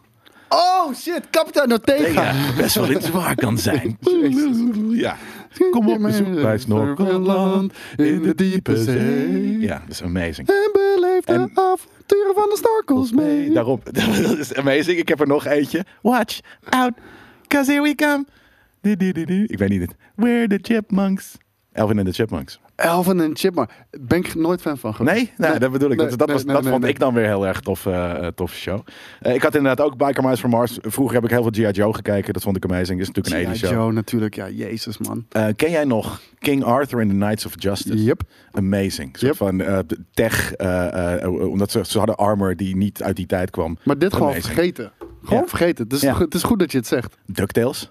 Oh shit, Kapitein Ortega. Ja, best wel iets waar kan zijn. Jezus. Ja. Kom op bezoek bij Snorkelland in de diepe zee. Ja, dat is amazing. En beleef de En- avonturen van de snorkels mee. Daarom, dat is amazing. Ik heb er nog eentje. Watch out, cause here we come. Du, du, du, du. Ik weet niet het. We're the chipmunks. Elvin en de Chipmunks. Alvin en Chipmunk. Ben ik nooit fan van geweest. Nee? Nou, dat bedoel ik. Nee, dat dat, nee, was, nee, dat nee, vond nee. ik dan weer heel erg tof, uh, toffe show. Uh, ik had inderdaad ook Biker Mice from Mars. Vroeger heb ik heel veel G I. Joe gekeken. Dat vond ik amazing. Dat is natuurlijk een G I. eighties show. Joe natuurlijk. Ja, jezus man. Uh, ken jij nog King Arthur and the Knights of Justice? Yep. Amazing. Soort Yep. van uh, tech. Uh, uh, omdat ze, ze hadden armor die niet uit die tijd kwam. Maar dit gewoon Amazing. vergeten. Gewoon Ja. vergeten. Het is, Ja. het is goed dat je het zegt. DuckTales.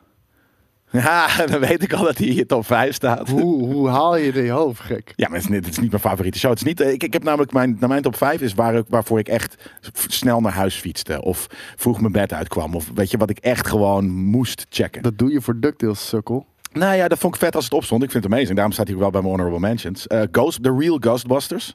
Ja, dan weet ik al dat hij in je top vijf staat. Hoe, hoe haal je het in je hoofd, gek? Ja, maar het is, niet, het is niet mijn favoriete show. Het is niet, eh, ik, ik heb namelijk mijn, naar mijn top vijf is waar ik, waarvoor ik echt f- snel naar huis fietste. Of vroeg mijn bed uitkwam. Of weet je, wat ik echt gewoon moest checken. Dat doe je voor DuckTales, sukkel. Nou ja, dat vond ik vet als het opstond. Ik vind het amazing. Daarom staat hij ook wel bij mijn honorable mentions. Uh, Ghost, The Real Ghostbusters.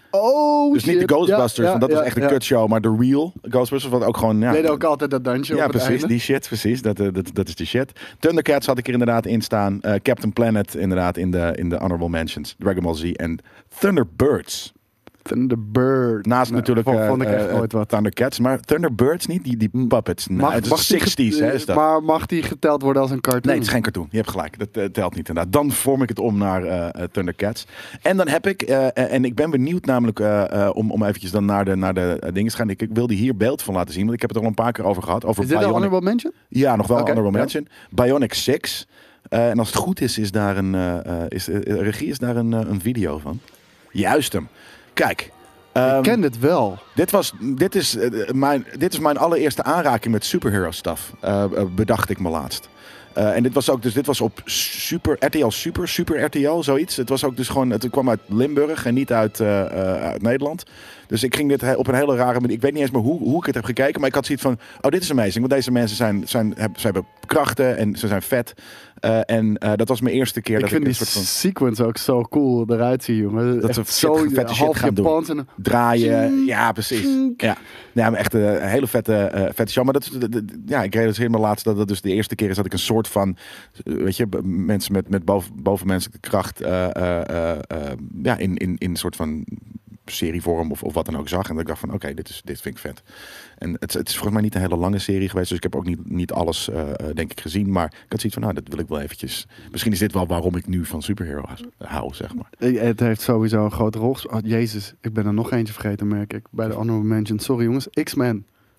Oh, Dus niet shit. de Ghostbusters, Ja, ja, want dat ja, is echt een ja. kutshow. Maar de Real Ghostbusters, wat ook gewoon... Ja, Deden ook altijd dat dansje ja, op het precies. einde. Die shit, precies. Dat, eh, dat, dat is die shit. Thundercats had ik er inderdaad in staan. Uh, Captain Planet inderdaad in de, in de honorable mentions. Dragon Ball Z en Thunderbirds. Thunderbird. Naast Nee, natuurlijk vond, eh, vond ik echt eh, nooit wat. Thundercats. Maar Thunderbirds niet, die, die puppets. Nou, het is die zestig's, get- hè, is dat. Maar mag die geteld worden als een cartoon? Nee, het is geen cartoon. Je hebt gelijk. Dat eh, telt niet inderdaad. Dan vorm ik het om naar eh, eh, Thundercats. En dan heb ik, eh, eh, en ik ben benieuwd namelijk eh, eh, om, om eventjes dan naar de, naar de eh, dingen te gaan. Ik, ik wilde hier beeld van laten zien, want ik heb het er al een paar keer over gehad. Over Is dit een Bionic- honorable mention? Ja, nog wel Oké, een honorable ja. mention. Bionic Six. Eh, en als het goed is, is daar een, eh, eh, is, eh, regie is daar een, eh, een video van. Juist hem. Kijk. ehm, Ik ken dit wel. dit, was, dit, is, eh, mijn, dit is mijn allereerste aanraking met superhero stuff. eh, eh, bedacht ik me laatst. Eh, en dit was ook, dus dit was op Super, R T L Super, Super R T L, zoiets. Het was ook dus gewoon, het kwam uit Limburg en niet uit, eh, eh, uit Nederland. Dus ik ging dit he- op een hele rare manier. Ik weet niet eens meer hoe, hoe ik het heb gekeken, maar ik had zoiets van, oh, dit is amazing. Want deze mensen zijn, zijn, hebben, ze hebben krachten en ze zijn vet. Eh, en eh, dat was mijn eerste keer Ik dat vind ik die een soort van sequence ook zo cool eruit zien, jongen. Dat Echt ze zo shit- vette shit half gaan doen. Japans en draaien. Ja, precies. Ja, ja maar echt een, een hele vette, eh, vette show. Maar dat is, de- de- de- ja, ik realiseer me laatst dat het dus de eerste keer is dat ik een soort van, eh, weet je, b- mensen met, met boven, bovenmenselijke kracht, eh, eh, eh, eh, ja, in, in, in een soort van serievorm of, of wat dan ook zag. En dat ik dacht van, oké, dit is dit vind ik vet. En het, het is volgens mij niet een hele lange serie geweest, dus ik heb ook niet, niet alles, eh, eh, denk ik, gezien. Maar ik had zoiets van, nou, dat wil ik wel eventjes. Misschien is dit wel waarom ik nu van superheroes hou, zeg maar. Eh, Het heeft sowieso een grote rol gespeeld. Oh, jezus, ik ben er nog eentje vergeten, merk ik. Bij de honorable mention. Sorry jongens, X-Men.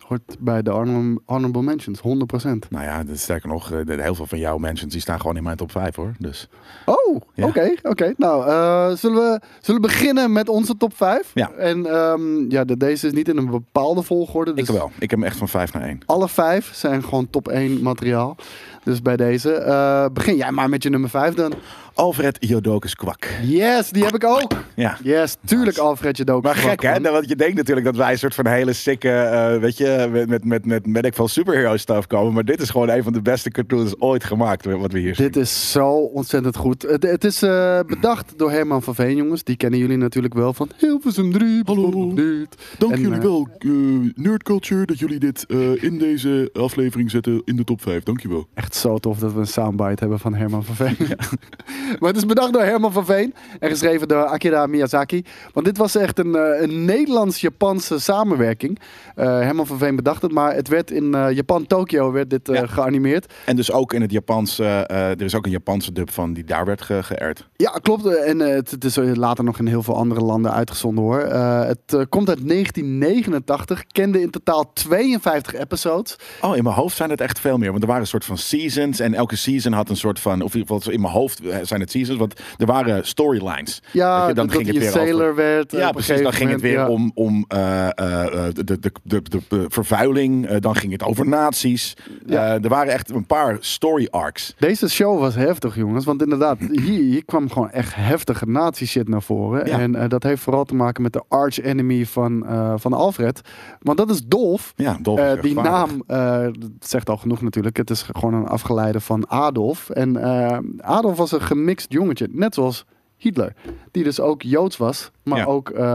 Hoort bij de honorable, honorable mentions, honderd procent. Nou ja, dat- sterker nog, eh, de- heel veel van jouw mentions die staan gewoon in mijn top vijf hoor. Dus Oh, oké, Ja. oké. Okay, Nou, uh, zullen, we, zullen we beginnen met onze top vijf? Ja. En um, ja, de, deze is niet in een bepaalde volgorde. Dus ik wel. Ik heb hem echt van vijf naar één. alle vijf zijn gewoon top één materiaal. Dus bij deze. Uh, begin jij maar met je nummer vijf dan. Alfred Jodocus Kwak. Yes, die heb ik ook. Ja. Yes, tuurlijk Alfred Jodocus Maar gek hè, want je denkt natuurlijk dat wij een soort van hele sikke, uh, weet je, met, met, met, met, met ik veel superhero stuff komen. Maar dit is gewoon een van de beste cartoons ooit gemaakt, wat we hier zien. Dit is zo ontzettend goed. Het, het is uh, bedacht door Herman van Veen, jongens. Die kennen jullie natuurlijk wel van Hilversum drie. Hallo. Dank En, jullie uh, wel, uh, Nerd Culture, dat jullie dit uh, in deze aflevering zetten in de top vijf. Dankjewel. Echt zo tof dat we een soundbite hebben van Herman van Veen. Ja. Maar het is bedacht door Herman van Veen en geschreven door Akira Miyazaki. Want dit was echt een, uh, een Nederlands-Japanse samenwerking. Uh, Herman van Veen bedacht het, maar het werd in uh, Japan, Tokio, werd dit uh, ja. geanimeerd. En dus ook in het Japans, uh, uh, er is ook een Japanse dub van die daar werd ge- geërd. Ja, klopt. En uh, het, het is later nog in heel veel andere landen uitgezonden hoor. Uh, het uh, komt uit negentien negenentachtig, kende in totaal tweeënvijftig episodes. Oh, in mijn hoofd zijn het echt veel meer. Want er waren een soort van seasons en elke season had een soort van, of in ieder geval in mijn hoofd zijn het seasons, want er waren storylines. Ja, je, dan dat ging hij het een weer sailor over, werd. Ja, precies. Dan ging het weer ja. om, om uh, uh, de, de, de, de, de vervuiling. Uh, dan ging het over nazi's. Ja. Uh, er waren echt een paar story arcs. Deze show was heftig, jongens. Want inderdaad, hier, hier kwam gewoon echt heftige nazi-shit naar voren. Ja. En uh, dat heeft vooral te maken met de arch enemy van, uh, van Alfred. Want dat is Dolf. Ja, Dolf uh, is die naam uh, dat zegt al genoeg natuurlijk. Het is gewoon een afgeleide van Adolf. En uh, Adolf was een gemixt jongetje. Net zoals Hitler. Die dus ook Joods was. Maar ja. ook, uh,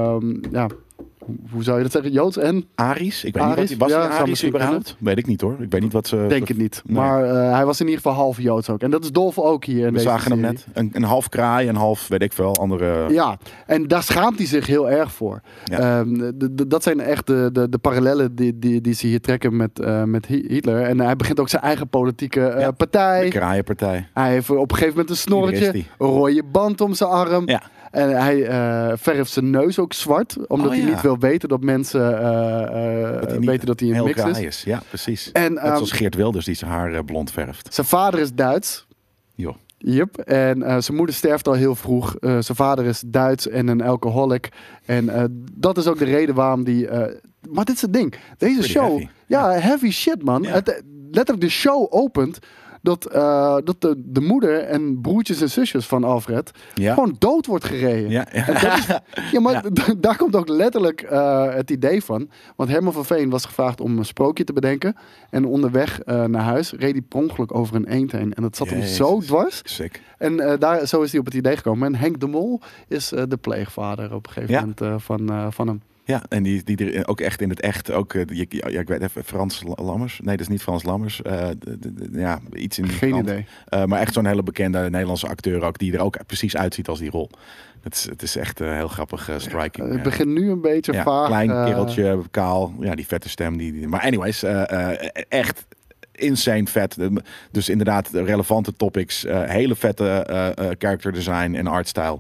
ja... Hoe zou je dat zeggen? Joods en? Arisch? Ik weet Arisch? niet wat hij was. Ja, hij Arisch überhaupt? Weet ik niet hoor. Ik weet niet wat ze... Denk het niet. Nee. Maar uh, hij was in ieder geval half Joods ook. En dat is Dolf ook hier in We deze zagen serie. hem net. Een, een half kraai en half, weet ik veel, andere... Ja, en daar schaamt hij zich heel erg voor. Ja. Um, de, de, dat zijn echt de, de, de parallellen die, die, die ze hier trekken met, uh, met Hitler. En hij begint ook zijn eigen politieke uh, ja, partij. De kraaienpartij. Hij heeft op een gegeven moment een snorretje, een rode band om zijn arm. Ja. En hij uh, verft zijn neus ook zwart. Omdat oh, ja. hij niet wil weten dat mensen uh, uh, dat weten dat hij een mix is. is. Ja, precies. En, Net um, zoals Geert Wilders die zijn haar uh, blond verft. Zijn vader is Duits. Jo. Yep. En uh, zijn moeder sterft al heel vroeg. Uh, zijn vader is Duits en een alcoholic. En uh, dat is ook de reden waarom die... Uh, maar dit is het ding. Deze show... Heavy. Ja, ja, heavy shit man. Ja. Het, letterlijk de show opent... Dat, uh, dat de, de moeder en broertjes en zusjes van Alfred ja. gewoon dood wordt gereden. Ja, ja. En dat is, ja maar ja. d- daar komt ook letterlijk uh, het idee van. Want Herman van Veen was gevraagd om een sprookje te bedenken. En onderweg uh, naar huis reed hij per ongeluk over een eend heen. En dat zat Jezus. hem zo dwars. Sick. En uh, daar, zo is hij op het idee gekomen. En Henk de Mol is uh, de pleegvader op een gegeven ja. moment uh, van, uh, van hem. Ja, en die, die er ook echt in het echt ook, uh, ja, ik weet even, Frans Lammers. Nee, dat is niet Frans Lammers. Uh, de, de, de, ja, iets in die Geen kant. idee. Uh, maar echt zo'n hele bekende Nederlandse acteur ook, die er ook precies uitziet als die rol. Het is, het is echt uh, heel grappig uh, striking. Het begint nu een beetje ja, vaag. Klein uh... kereltje, kaal. Ja, die vette stem. Die, die, maar anyways, uh, uh, echt insane vet. Dus inderdaad relevante topics. Uh, hele vette uh, uh, character design en artstyle.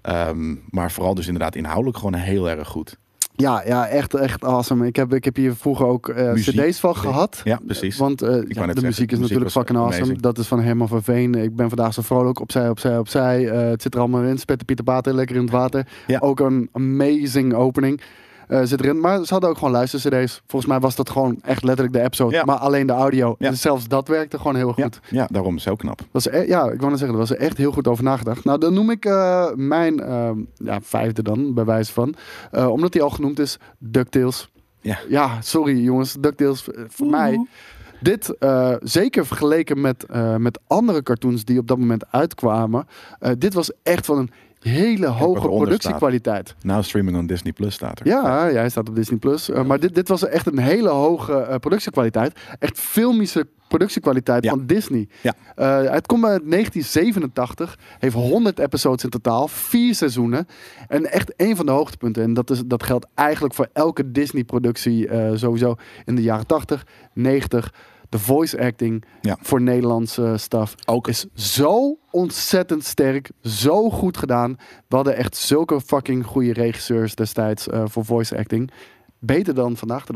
Um, maar vooral dus inderdaad inhoudelijk gewoon heel erg goed. Ja, ja, echt, echt awesome. Ik heb, ik heb hier vroeger ook uh, cd's van gehad. Ja, precies. Want uh, ja, de zeggen, muziek is de natuurlijk fucking awesome. Amazing. Dat is van Herman van Veen. Ik ben vandaag zo vrolijk. Opzij, opzij, opzij. Uh, het zit er allemaal in. Spetter Pieter Pater, lekker in het water. Ja. Ook een amazing opening. Uh, zit erin. Maar ze hadden ook gewoon luister-cd's. Volgens mij was dat gewoon echt letterlijk de episode. Ja. Maar alleen de audio. Ja. Dus zelfs dat werkte gewoon heel goed. Ja, ja daarom is het heel knap. Was e- ja, ik wou net zeggen, daar was er echt heel goed over nagedacht. Nou, dan noem ik uh, mijn uh, ja, vijfde dan, bij wijze van. Uh, omdat hij al genoemd is, DuckTales. Ja, ja sorry jongens, DuckTales uh, voor Oeh. mij... Dit, uh, zeker vergeleken met, uh, met andere cartoons die op dat moment uitkwamen. Uh, dit was echt van een hele hoge productiekwaliteit. Nou, streaming on Disney Plus staat er. Ja, ja hij staat op Disney Plus. Uh, maar dit, dit was echt een hele hoge uh, productiekwaliteit. Echt filmische productiekwaliteit ja. van Disney. Ja. Uh, het komt uit negentien zevenentachtig. Heeft honderd episodes in totaal. Vier seizoenen. En echt een van de hoogtepunten. En dat, is, dat geldt eigenlijk voor elke Disney-productie uh, sowieso in de jaren tachtig, negentig. De voice acting ja. voor Nederlandse stuff ook is zo ontzettend sterk. Zo goed gedaan. We hadden echt zulke fucking goede regisseurs destijds uh, voor voice acting. Beter dan vandaag de dag.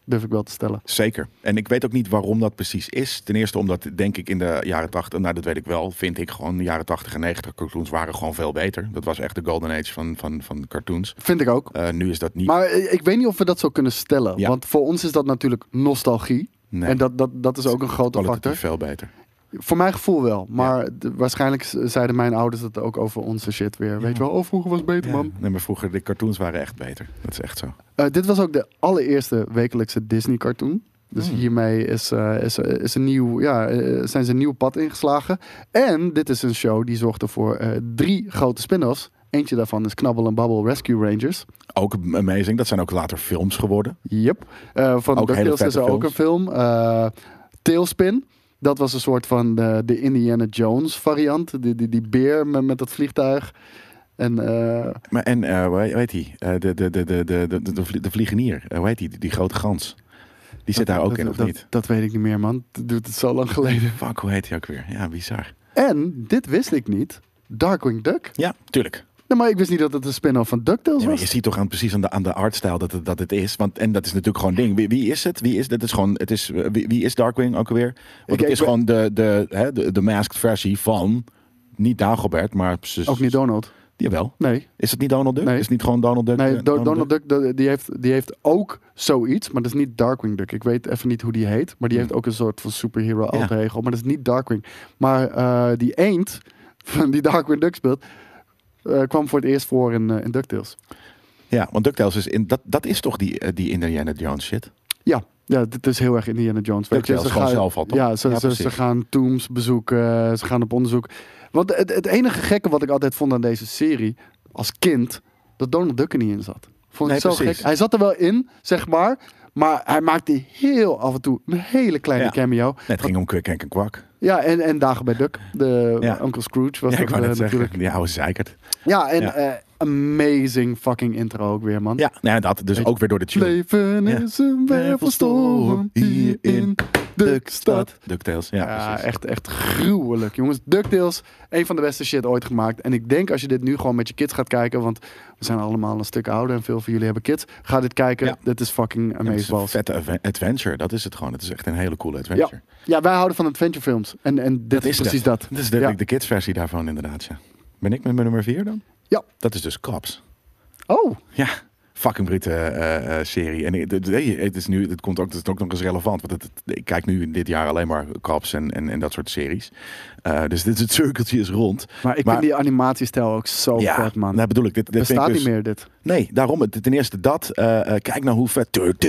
durf ik wel te stellen. Zeker. En ik weet ook niet waarom dat precies is. Ten eerste omdat, denk ik, in de jaren tachtig... Nou, dat weet ik wel, vind ik gewoon. De jaren tachtig en negentig cartoons waren gewoon veel beter. Dat was echt de golden age van, van, van cartoons. Vind ik ook. Uh, nu is dat niet... Maar eh, ik weet niet of we dat zo kunnen stellen. Ja. Want voor ons is dat natuurlijk nostalgie. Nee. En dat, dat, dat is ook een grote Kwalitatief factor. veel beter. Voor mijn gevoel wel. Maar de- waarschijnlijk z- zeiden mijn ouders het ook over onze shit weer. Weet je wel, oh, vroeger was het beter, Ja. man. Nee, maar vroeger, de cartoons waren echt beter. Dat is echt zo. Uh, dit was ook de allereerste wekelijkse Disney-cartoon. Dus Hmm. hiermee is, uh, is, is een nieuw, ja, uh, zijn ze een nieuw pad ingeslagen. En dit is een show die zorgde voor uh, drie grote spin-offs. Eentje daarvan is Knabbel en Babbel Rescue Rangers. Ook amazing. Dat zijn ook later films geworden. Yep. Uh, van Ook hele DuckTales is er vette ook een films. film. Uh, Tailspin. Dat was een soort van de, de Indiana Jones variant. Die, die, die beer met, met dat vliegtuig. En uh, Maar en, uh, hoe heet- hoe heet die? Uh, de, de, de, de, de, de, de, vlie- de vliegenier. Uh, hoe heet die? Die grote gans. Die zit daar ook dat, in, of dat, niet? Dat weet ik niet meer, man. Dat doet het zo lang geleden. Fuck, hoe heet hij ook weer? Ja, bizar. En, dit wist ik niet. Darkwing Duck. Ja, tuurlijk. Nee, maar ik wist niet dat het een spin-off van DuckTales Ja, maar was. je ziet toch aan, precies aan de, aan de artstijl dat het, dat het is. Want, en dat is natuurlijk gewoon ding. Wie, wie is het? Wie is, dat is gewoon, het is, uh, wie, wie is Darkwing ook alweer? Want Ik- het is ik ben- gewoon de, de, hè, de, de masked versie van... Niet Dagobert, maar... ze- Ook niet Donald. Jawel. Nee. Is het niet Donald Duck? Nee. Is het niet gewoon Donald Duck? Nee, uh, Do- Donald Duck, de- die heeft, die heeft ook zoiets, maar dat is niet Darkwing Duck. Ik weet even niet hoe die heet, maar die Hmm. heeft ook een soort van superhero Ja. alter ego, maar dat is niet Darkwing. Maar eh, die eend, van die Darkwing Duck speelt, eh, kwam voor het eerst voor in, uh, in DuckTales. Ja, want DuckTales is... In, dat, dat is toch die, uh, die Indiana Jones shit? Ja, ja, dit is heel erg Indiana Jones. Weet je, DuckTales ze gewoon gaan, zelf al, toch? Ja, ze, Ja, ze, precies. ze gaan tombs bezoeken, ze gaan op onderzoek. Want het, het enige gekke wat ik altijd vond aan deze serie, als kind, dat Donald Duck er niet in zat. Vond ik Nee, zo precies. gek. Hij zat er wel in, zeg maar, maar hij maakte heel af en toe een hele kleine Ja. cameo. Nee, het ging om Kwik en Kwak. Ja, en, en Dagen bij Duck, de Ja. Uncle Scrooge was Ja, ik dat wou eh, net zeggen. natuurlijk. Die oude zeikert. Ja, en Ja. eh, amazing fucking intro ook weer, man. Ja, nou, dat dus Weet- ook weer door de tune. Leven Ja. is een wervelstorm hier in Duckstad. DuckTales, ja, Ja, precies. echt, echt gruwelijk, jongens. DuckTales, een van de beste shit ooit gemaakt. En ik denk als je dit nu gewoon met je kids gaat kijken, want we zijn allemaal een stuk ouder en veel van jullie hebben kids. Ga dit kijken, Ja. dit is fucking Ja, het is amazing een balls. vette adve- adventure, dat is het gewoon. Het is echt een hele coole adventure. Ja, wij houden van adventurefilms. En, en dit Dat is is precies dat. dat. Dat is de, Ja. de kidsversie daarvan inderdaad, ja. Ben ik met mijn nummer vier dan? Ja. Dat is dus Cops. Oh, Ja, fucking Britten eh, eh, serie. En het, het, het is nu, het komt ook, het is ook nog eens relevant. Want het, het- ik kijk nu dit jaar alleen maar Cops en, en, en dat soort series. Uh, dus dit, het cirkeltje is rond. maar ik Maar- vind die animatiestijl ook zo ja, vet, man. dat bedoel ik. Dit, dit vind Bestaat ik niet dus, meer, dit. Nee, daarom. het- Ten eerste dat. Uh, uh, kijk nou hoe vet.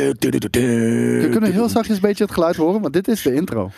We kunnen heel zachtjes een beetje het geluid horen, want dit is de intro.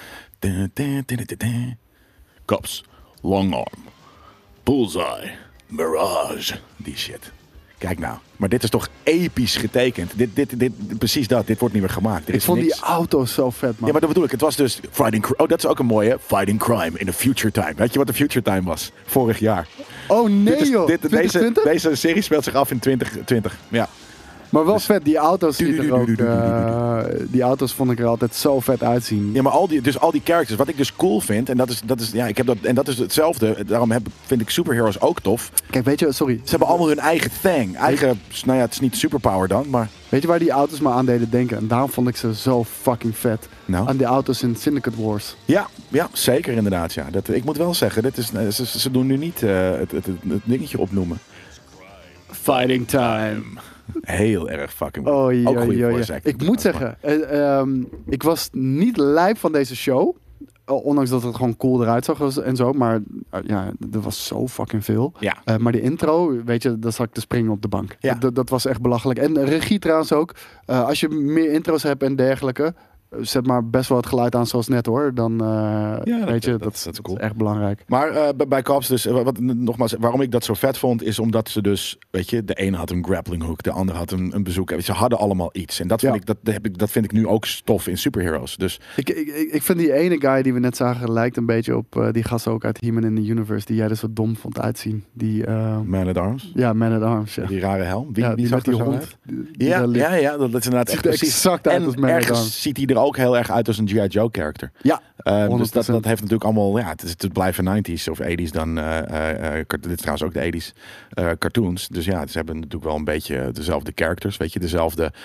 Cops, Long Arm, Bullseye, Mirage. Die shit. Kijk nou. Maar dit is toch episch getekend. Dit, dit, dit, precies dat. Dit wordt niet meer gemaakt. Er Ik is vond niks. die auto's zo vet, man. Ja, maar dat bedoel ik. Het was dus Fighting Crime. Oh, dat is ook een mooie. Fighting Crime in the Future Time. Weet je wat de Future Time was? Vorig jaar. Oh nee, dit is, joh. dit, deze, twintig twintig? deze serie speelt zich af in twintig twintig. Ja. Maar wel Dus- vet, die auto's zien er ook... Du- du- du- du- du- du- eh, die auto's vond ik er altijd zo vet uitzien. Ja, maar al die, dus al die characters, wat ik dus cool vind, en dat is, dat is, ja, ik heb dat, en dat is hetzelfde. Daarom heb, vind ik superheroes ook tof. Kijk, weet je, sorry. Ze hebben allemaal hun eigen thing. Eigen, nou ja, het is niet superpower dan, maar Weet je waar die auto's me aan deden denken? En daarom vond ik ze zo fucking vet. nou. Aan die auto's in Syndicate Wars. Ja, ja, zeker inderdaad. Ja. Dat, ik moet wel zeggen, dit is, ze, ze doen nu niet eh, het, het, het, het dingetje opnoemen. Fighting time. Heel erg fucking. Oh ja, ook goede ja, voice ja. acting Ik moet trouwens, zeggen, eh, ehm, ik was niet live van deze show. Eh, Ondanks dat het gewoon cool eruit zag en zo. Maar eh, ja, er was zo fucking veel. Ja. Eh, maar de intro, weet je, dan zat ik te springen op de bank. Ja. Dat, dat was echt belachelijk. En de regie trouwens ook. Eh, als je meer intro's hebt en dergelijke, eh, zet maar best wel het geluid aan zoals net hoor. Dan eh, Ja, dat- weet je, dat- dat, dat is cool. echt belangrijk. Maar eh, bij- bij Cops dus, eh, wat, nogmaals, waarom ik dat zo vet vond, is omdat ze dus, weet je, de ene had een grappling hook, de ander had een, een bezoek. Ze hadden allemaal iets. En dat vind, Ja. ik, dat, heb ik, dat vind ik nu ook stof in superheroes. Dus Ik, ik, ik ik vind die ene guy die we net zagen lijkt een beetje op eh, die gast ook uit He-Man in the Universe. Die jij dus zo dom vond uitzien. Die, eh, Man at Arms, ja, Man at Arms. Ja. die rare helm. Wie, ja, wie die zag met die er zo hond. uit? die- die Ja, daar ligt. ja, ja, dat is inderdaad echt Ziet er precies. exact uit en als Man at ergens Arms. ziet hij er ook heel erg uit als een G I. Joe character. Ja, Uh, dus dat, honderd procent. dat heeft natuurlijk allemaal, ja, het, is, het blijven negenties of tachtigs dan, uh, uh, uh, dit is trouwens ook de tachtigs uh, cartoons. Dus ja, ze hebben natuurlijk wel een beetje dezelfde characters, weet je, dezelfde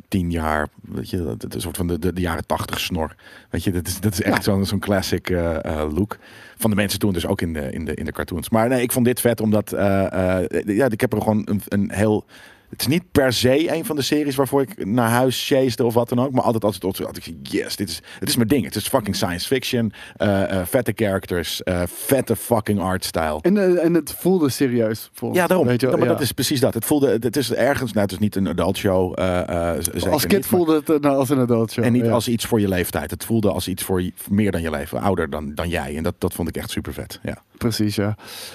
tien jaar, weet je, dat is een soort van de, de, de jaren tachtig snor. Weet je, dat is, dat is echt ja. zo'n zo'n classic uh, uh, look. Van de mensen toen dus ook in de, in de, in de cartoons. Maar nee, ik vond dit vet omdat, uh, uh, ja, ik heb er gewoon een, een heel... Het is niet per se een van de series waarvoor ik naar huis chasede of wat dan ook. Maar altijd als het had ik yes, dit is, het is mijn ding. Het is fucking science fiction. Uh, uh, vette characters. Uh, vette fucking artstyle. En, uh, en het voelde serieus. Volgens, ja, daarom. Weet je, ja, maar ja. dat is precies dat. Het voelde, het is ergens, nou het is niet een adult show. Uh, uh, als kind niet, voelde het uh, nou, als een adult show. En niet ja. als iets voor je leeftijd. Het voelde als iets voor je, meer dan je leven. Ouder dan, dan jij. En dat, dat vond ik echt super vet. Ja. Precies, ja.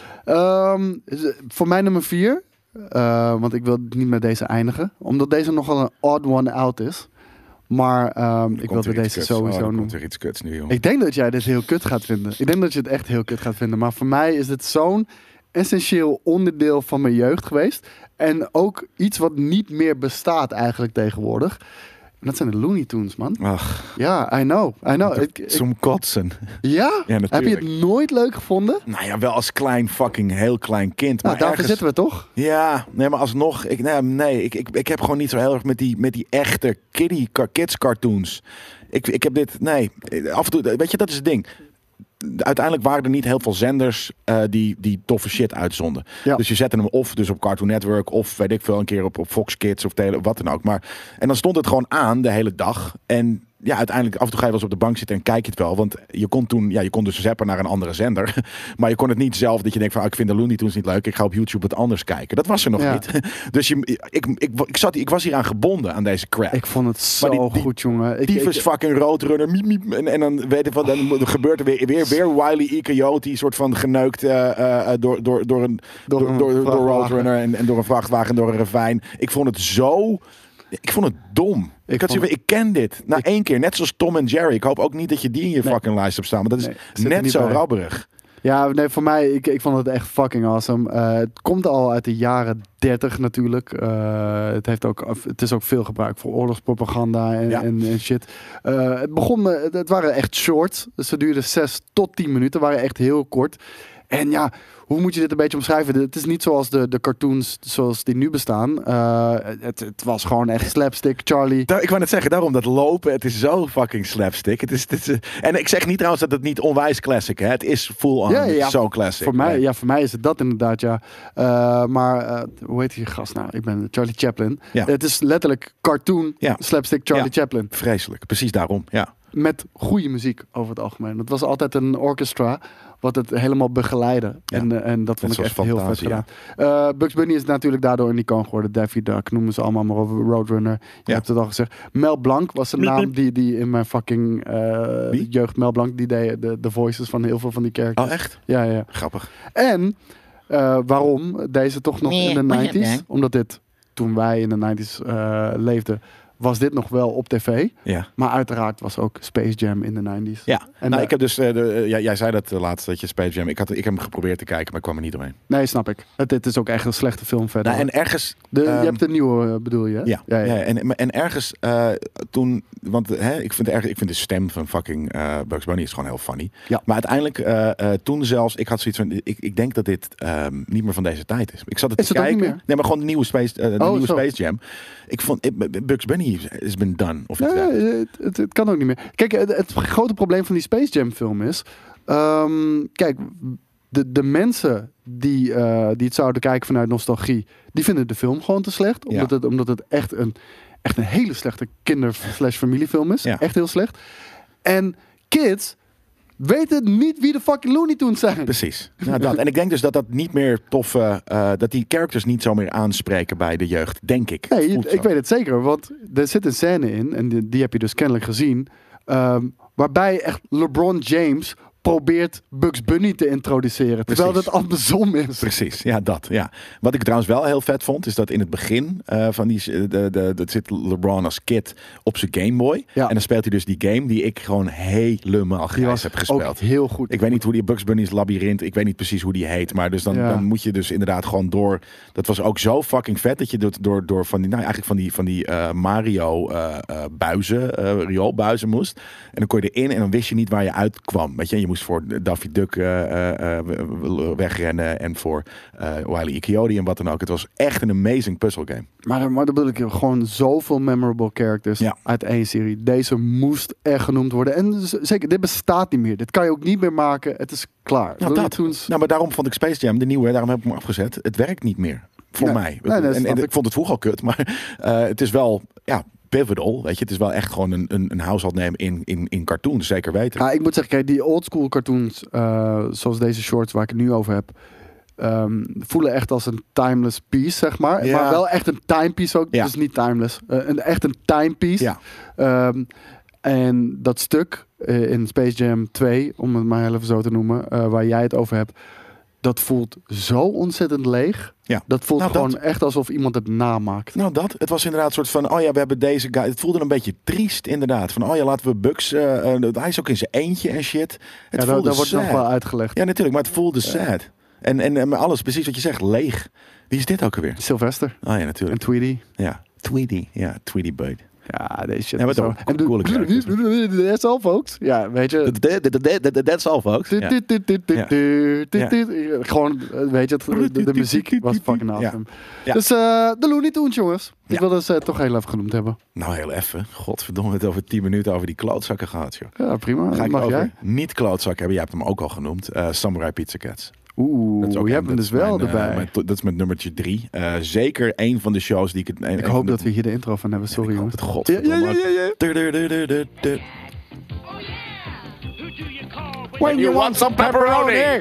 Um, voor mij nummer vier... Uh, want ik wil niet met deze eindigen. Omdat deze nogal een odd one out is. Maar um, ik wil bij deze kuts. sowieso oh, noemen. Komt er iets kuts nu, jongen. Ik denk dat jij dit heel kut gaat vinden. Ik denk dat je het echt heel kut gaat vinden. Maar voor mij is dit zo'n essentieel onderdeel van mijn jeugd geweest. En ook iets wat niet meer bestaat eigenlijk tegenwoordig. En dat zijn de Looney Tunes, man. Ach. Ja, I know. I know. Ik, ik, Zo'n kotsen. Ja? ja Heb je het nooit leuk gevonden? Nou ja, wel als klein fucking heel klein kind. Nou, maar daarvoor ergens... zitten we toch? Ja, nee, maar alsnog... Ik, nee, nee ik, ik, ik heb gewoon niet zo heel erg met die, met die echte kiddie, kids cartoons. Ik, ik heb dit... Nee, af en toe... Weet je, dat is het ding. Uiteindelijk waren er niet heel veel zenders uh, die, die toffe shit uitzonden. Ja. Dus je zette hem of dus op Cartoon Network of weet ik veel een keer op, op Fox Kids of tele, wat dan ook. Maar, en dan stond het gewoon aan de hele dag. En ja, uiteindelijk af en toe ga je wel eens op de bank zitten en kijk je het wel. Want je kon toen, ja, je kon dus zappen naar een andere zender. Maar je kon het niet zelf dat je denkt van, ah, ik vind de Looney Tunes niet leuk. Ik ga op YouTube wat anders kijken. Dat was er nog ja. niet. Dus je, ik, ik, ik, ik, zat, ik was hier aan gebonden aan deze crap. Ik vond het zo die, die, goed, jongen. Ik, Tyfus ik, fucking Roadrunner. Miep, miep, en, en dan weet ik wat, dan gebeurt er weer, weer, weer Wile E. Coyote, soort van geneukt uh, uh, door, door, door een, door, door, door, door Roadrunner en, en door een vrachtwagen, door een ravijn. Ik vond het zo... Ik vond het dom. Ik, ik, had vond... ik ken dit. Na ik... één keer. Net zoals Tom en Jerry. Ik hoop ook niet dat je die in je nee. fucking lijst hebt staan. Maar dat is nee, net zo bij. rabberig. Ja, nee, voor mij, ik, ik vond het echt fucking awesome. Uh, het komt al uit de jaren dertig natuurlijk. Uh, het, heeft ook, het is ook veel gebruikt voor oorlogspropaganda en, ja. en, en shit. Uh, het begon, het, het waren echt shorts. Dus ze duurden zes tot tien minuten. Waren echt heel kort. En ja, hoe moet je dit een beetje omschrijven? Het is niet zoals de, de cartoons zoals die nu bestaan. Uh, het, het was gewoon echt slapstick, Charlie. Daar, ik wou net zeggen, daarom dat lopen, het is zo fucking slapstick. Het is, het is, uh, en ik zeg niet trouwens dat het niet onwijs classic is. Het is full on, ja, ja, zo classic. Voor mij, ja, voor mij is het dat inderdaad, ja. Uh, maar, uh, hoe heet die gast nou? Ik ben Charlie Chaplin. Ja. Het is letterlijk cartoon, ja. slapstick Charlie ja. Chaplin. Vreselijk, precies daarom, ja. Met goede muziek over het algemeen. Het was altijd een orchestra wat het helemaal begeleidde. Ja. En, uh, en dat vond ik echt heel vet gedaan. Uh, Bugs Bunny is natuurlijk daardoor een icoon geworden. Daffy Duck, noemen ze allemaal maar over. Roadrunner, je ja. hebt het al gezegd. Mel Blanc was een naam die, die in mijn fucking uh, jeugd... Mel Blanc, die deed de, de voices van heel veel van die characters. Oh, echt? Ja, ja. Grappig. En uh, waarom deze toch nog nee, in de negentig? Omdat dit, toen wij in de negentig uh, leefden... was dit nog wel op tv. Ja. Maar uiteraard was ook Space Jam in de negentig. Ja, en nou, uh, ik heb dus... Uh, de, uh, jij, jij zei dat uh, laatst, dat je Space Jam... Ik, had, ik heb hem geprobeerd te kijken, maar ik kwam er niet doorheen. Nee, snap ik. Het, het is ook echt een slechte film verder. Nou, en ergens... De, um, je hebt de nieuwe, bedoel je? Hè? Ja, ja, ja. ja en, en ergens uh, toen... Want hè, ik, vind erg, ik vind de stem van fucking uh, Bugs Bunny is gewoon heel funny. Ja. Maar uiteindelijk, uh, uh, toen zelfs... Ik had zoiets van... Ik, ik denk dat dit um, niet meer van deze tijd is. Ik zat het is te het kijken. Ook niet meer? Nee, maar gewoon de nieuwe Space, uh, de oh, nieuwe zo. Space Jam. Ik vond... It, Bugs Bunny has been done. Of ja, het, het, het kan ook niet meer. Kijk, het, het grote probleem van die Space Jam film is... Um, kijk, de, de mensen die, uh, die het zouden kijken vanuit nostalgie... die vinden de film gewoon te slecht. Omdat, ja. het, omdat het echt een, echt een hele slechte kinder-slash-familiefilm is. Ja. Echt heel slecht. En kids... weten niet wie de fucking Looney Tunes zijn. Precies. Nou, dat. En ik denk dus dat dat niet meer toffe... Uh, dat die characters niet zo meer aanspreken bij de jeugd, denk ik. Nee, ik weet het zeker. Want er zit een scène in, en die, die heb je dus kennelijk gezien... Um, waarbij echt LeBron James probeert Bugs Bunny te introduceren. Terwijl Precies. dat andersom is. Precies, ja, dat. Ja. Wat ik trouwens wel heel vet vond, is dat in het begin uh, van die... De, de, de, de, zit LeBron als kid op zijn Game Boy. Ja. En dan speelt hij dus die game die ik gewoon helemaal grijs heb gespeeld. Ook heel goed. Ik weet niet hoe die Bugs Bunny's Labyrinth... Ik weet niet precies hoe die heet. Maar dus dan, ja. dan moet je dus inderdaad gewoon door... Dat was ook zo fucking vet dat je door, door, door van die... Nou, eigenlijk van die, van die uh, Mario uh, uh, buizen, uh, rioolbuizen moest. En dan kon je erin en dan wist je niet waar je uitkwam. Weet je, je moest moest voor Daffy Duck uh, uh, uh, wegrennen en voor uh, Wile E. Coyote en wat dan ook. Het was echt een amazing puzzle game. Maar, maar dan bedoel ik gewoon zoveel memorable characters ja. uit één serie. Deze moest echt genoemd worden. En z- zeker, dit bestaat niet meer. Dit kan je ook niet meer maken. Het is klaar. Nou, dat. Toons... nou, maar daarom vond ik Space Jam, de nieuwe, daarom heb ik hem afgezet. Het werkt niet meer. Voor nee. mij. Nee, en, en ik. ik vond het vroeger al kut, maar uh, het is wel ja, pivotal. Weet je, het is wel echt gewoon een, een, een household name in, in, in cartoons, zeker weten. Ja, ik moet zeggen, kijk, die oldschool cartoons, uh, zoals deze shorts waar ik het nu over heb, um, voelen echt als een timeless piece, zeg maar. Ja. Maar wel echt een timepiece ook, Ja. dus niet timeless. Uh, een, echt een timepiece. Ja. Um, en dat stuk uh, in Space Jam twee, om het maar even zo te noemen, uh, waar jij het over hebt, dat voelt zo ontzettend leeg. Ja. Dat voelt Nou, gewoon dat- echt alsof iemand het namaakt. Nou, dat. Het was inderdaad een soort van, oh ja, we hebben deze guy. Het voelde een beetje triest, inderdaad. Van, oh ja, laten we Bugs. Uh, uh, hij is ook in zijn eentje en shit. Het Ja, daar, voelde daar wordt sad. nog wel uitgelegd. Ja, natuurlijk, maar het voelde sad. En, en, en alles, precies wat je zegt, leeg. Wie is dit ook alweer? Sylvester Oh ja, en natuurlijk. Tweety. Ja, Tweety. Ja, Tweety Bird. Ja, deze shit. Ja, maar is zo. toch, En doe- coole characters. That's all, folks. Ja, weet je. That's all, folks. Ja. Dit, dit, dit, dit, Ja. dit, dit, Ja. dit. Gewoon, eh, weet je, het, de, de muziek was fucking awesome. Ja. Dus eh, de Looney Tunes, jongens. Ik Ja. wilde ze toch heel even genoemd hebben. Nou, heel even. Godverdomme, het over tien minuten over die klootzakken gehad, joh. Ja, prima. Ga ik Mag over jij? niet klootzakken hebben. Jij hebt hem ook al genoemd. Uh, Samurai Pizza Cats. Oeh, Dat is ook je een- hebt hem dat dus is wel mijn, uh, erbij. mijn to- dat is met nummertje drie. Uh, zeker een van de shows die ik... Het, een Ik van hoop de- dat we hier de intro van hebben. Sorry, ik hoop jongens. het, godverdomme. Ja, ja, ja, ja, ja. Dur, dur, dur, dur, dur, dur. When you want some pepperoni.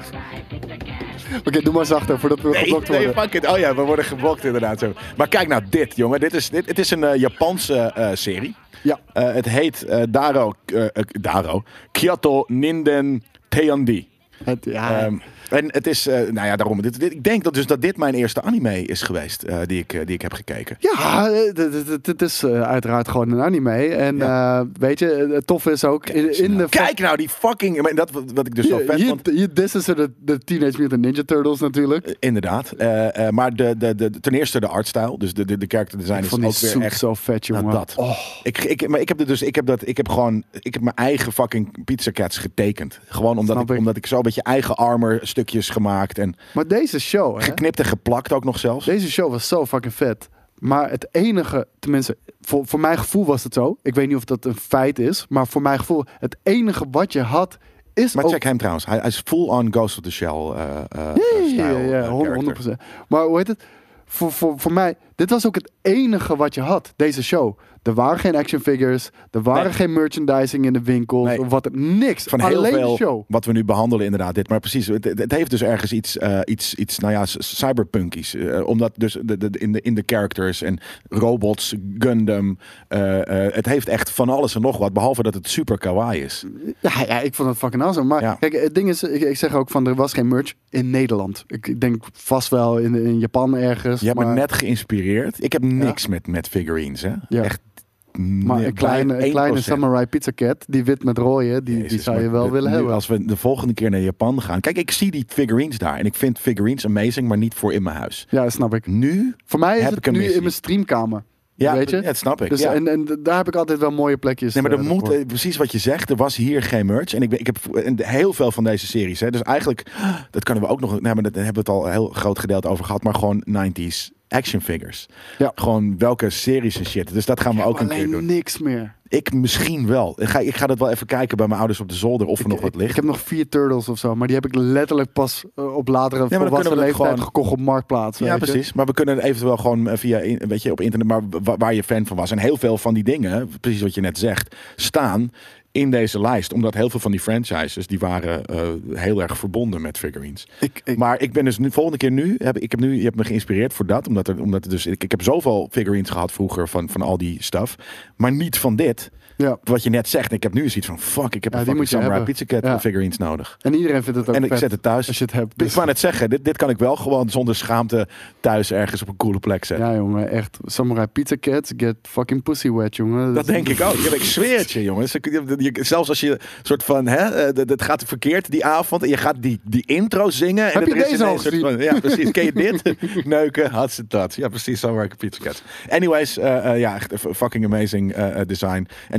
Oké, doe maar zachter voordat we Nee, geblokt nee, worden. fuck it. Oh ja, we worden geblokt inderdaad. Zo. Maar kijk nou dit, jongen. Dit is, dit, het is een uh, Japanse uh, serie. Ja. Uh, het heet uh, Daro, uh, uh, Daro, Kyoto Ninden Teandi. Het, ja, Um, en het is, uh, nou ja, daarom. Dit, dit, ik denk dat, dus dat dit mijn eerste anime is geweest uh, die, ik, uh, die ik heb gekeken. ja, het- het- het- het is uh, uiteraard gewoon een anime. En uh, weet je, het tof is ook in, in de... Kijk nou, die fucking... maar Dat wat ik dus zo vet Hier, vond. hier dissen ze de, de Teenage Mutant Ninja Turtles natuurlijk. Uh, inderdaad. Uh, uh, maar de, de, de, ten eerste de artstyle. Dus de, de, de character design Ik is vond die ook weer soep echt... zo vet, jongen. Nou, dat. Oh, Ik, ik, maar ik heb er dus, ik heb dat, ik heb gewoon, ik heb mijn eigen fucking Pizza Cats getekend. Gewoon omdat Snap ik, ik. omdat ik zo een beetje eigen armor stukjes gemaakt en maar deze show, hè? geknipt en geplakt ook nog zelfs. Deze show was zo fucking vet. Maar het enige, tenminste, voor, voor mijn gevoel was het zo. Ik weet niet of dat een feit is. Maar voor mijn gevoel, het enige wat je had, is Maar ook... check hem trouwens. Hij, hij is full on Ghost of the Shell uh, uh, Ja, style, ja, ja, uh, honderd character. procent. Maar hoe heet het? Voor, voor, voor mij, dit was ook het enige wat je had, deze show. Er waren geen action figures, er waren Nee. geen merchandising in de winkels, Nee. of wat het, niks. Van heel Alleen veel de show. wat we nu behandelen inderdaad dit. Maar precies, het, het heeft dus ergens iets, uh, iets, iets nou ja, c- cyberpunkies. Uh, omdat dus de, de, in, de, in de characters en robots, Gundam. Uh, uh, het heeft echt van alles en nog wat. Behalve dat het super kawaii is. Ja, ja, ik vond het fucking awesome. Maar Ja. kijk, het ding is, ik, ik zeg ook van, er was geen merch in Nederland. Ik, ik denk vast wel in, in Japan ergens. Je hebt maar, me net geïnspireerd. Ik heb niks met, met figurines, hè? Ja. Echt. maar nee, een kleine, een één kleine procent. Samurai Pizza Cat, die wit met rode, die, die Jezus, zou je maar wel de- willen nu, hebben. Als we de volgende keer naar Japan gaan. Kijk, ik zie die figurines daar. En ik vind figurines amazing, maar niet voor in mijn huis. Ja, snap ik. Nu Voor mij is heb het ik een nu missie. in mijn streamkamer. Ja, weet je? ja, dat snap ik. Dus, ja. en, en daar heb ik altijd wel mooie plekjes. Nee, maar er eh, moet, voor. eh, precies wat je zegt, er was hier geen merch. En ik, ben- ik heb en heel veel van deze series. Hè, dus eigenlijk, dat kunnen we ook nog, nee, maar dat hebben we het al een heel groot gedeelte over gehad. Maar gewoon nineties action figures. Ja. Gewoon welke series en shit. Dus dat gaan we ook een keer Alleen doen. niks meer. Ik misschien wel. Ik ga, ik ga dat wel even kijken bij mijn ouders op de zolder of er Ik, nog wat ik, ligt. ik heb nog vier Turtles of zo, maar die heb ik letterlijk pas uh, op latere dan volwassen kunnen we dat leeftijd gewoon- gekocht op Marktplaats. Ja, weet je? precies. Maar we kunnen eventueel gewoon eh, via, in- weet je, op internet, maar wa- waar je fan van was. En heel veel van die dingen, precies wat je net zegt, staan in deze lijst. Omdat heel veel van die franchises, die waren eh, heel erg verbonden met figurines. Ik, ik, Maar ik ben dus nu, volgende keer nu, heb, ik heb nu, je hebt me geïnspireerd voor dat. Omdat er, omdat er dus, ik, ik heb zoveel figurines gehad vroeger van, van al die stuff. Maar niet van dit. ja. Wat je net zegt. Ik heb nu eens iets van, fuck, ik heb Ja, een die fucking moet je Samurai hebben. Pizza Cat Ja. figurines nodig. En iedereen vindt het ook En ik vet zet het thuis. als je het hebt. Ik Dus- wou net zeggen, dit, dit kan ik wel gewoon zonder schaamte thuis ergens op een coole plek zetten. ja, jongen, echt. Samurai Pizza Cats get fucking pussy wet, jongen. Dat denk ik ook. Ja, ik zweer het je, jongens. Je- je- Zelfs als je soort van, hè, eh, dat dat gaat verkeerd die avond en je gaat die, die intro zingen. En Heb je er is deze al ineens een soort gezien? van- ja, precies. Ken je dit? Neuken, had dat. Ja, precies. Samurai Pizza Cats. Anyways, eh, eh, ja, echt f- fucking amazing eh, eh, design. En dus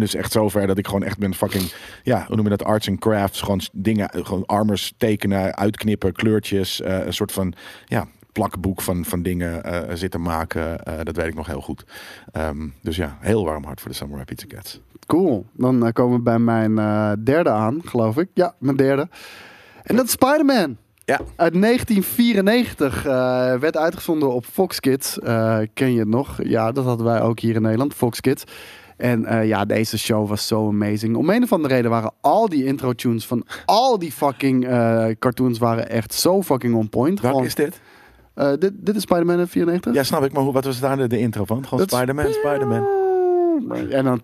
dus echt zover dat ik gewoon echt ben fucking, ja, hoe noem je dat, arts and crafts, gewoon dingen, gewoon armors tekenen, uitknippen, kleurtjes, uh, een soort van, ja, plakboek van, van dingen uh, zitten maken. Uh, dat weet ik nog heel goed. Um, dus ja, heel warm hart voor de Samurai Pizza Cats. Cool. Dan uh, komen we bij mijn uh, derde aan, geloof ik. Ja, mijn derde. En dat is Spider-Man. Ja. Uit negentien vierennegentig uh, werd uitgezonden op Fox Kids. Uh, ken je het nog? Ja, dat hadden wij ook hier in Nederland, Fox Kids. En uh, ja, deze show was zo amazing. Om een of andere reden waren al die intro tunes van al die fucking uh, cartoons waren echt zo fucking on point. Welke Gewoon, is dit? Uh, dit? Dit is Spider-Man uit vierennegentig? Ja, snap ik. Maar hoe, wat was daar de, de intro van? Gewoon Dat is- Spider-Man, Spider-Man. En dan...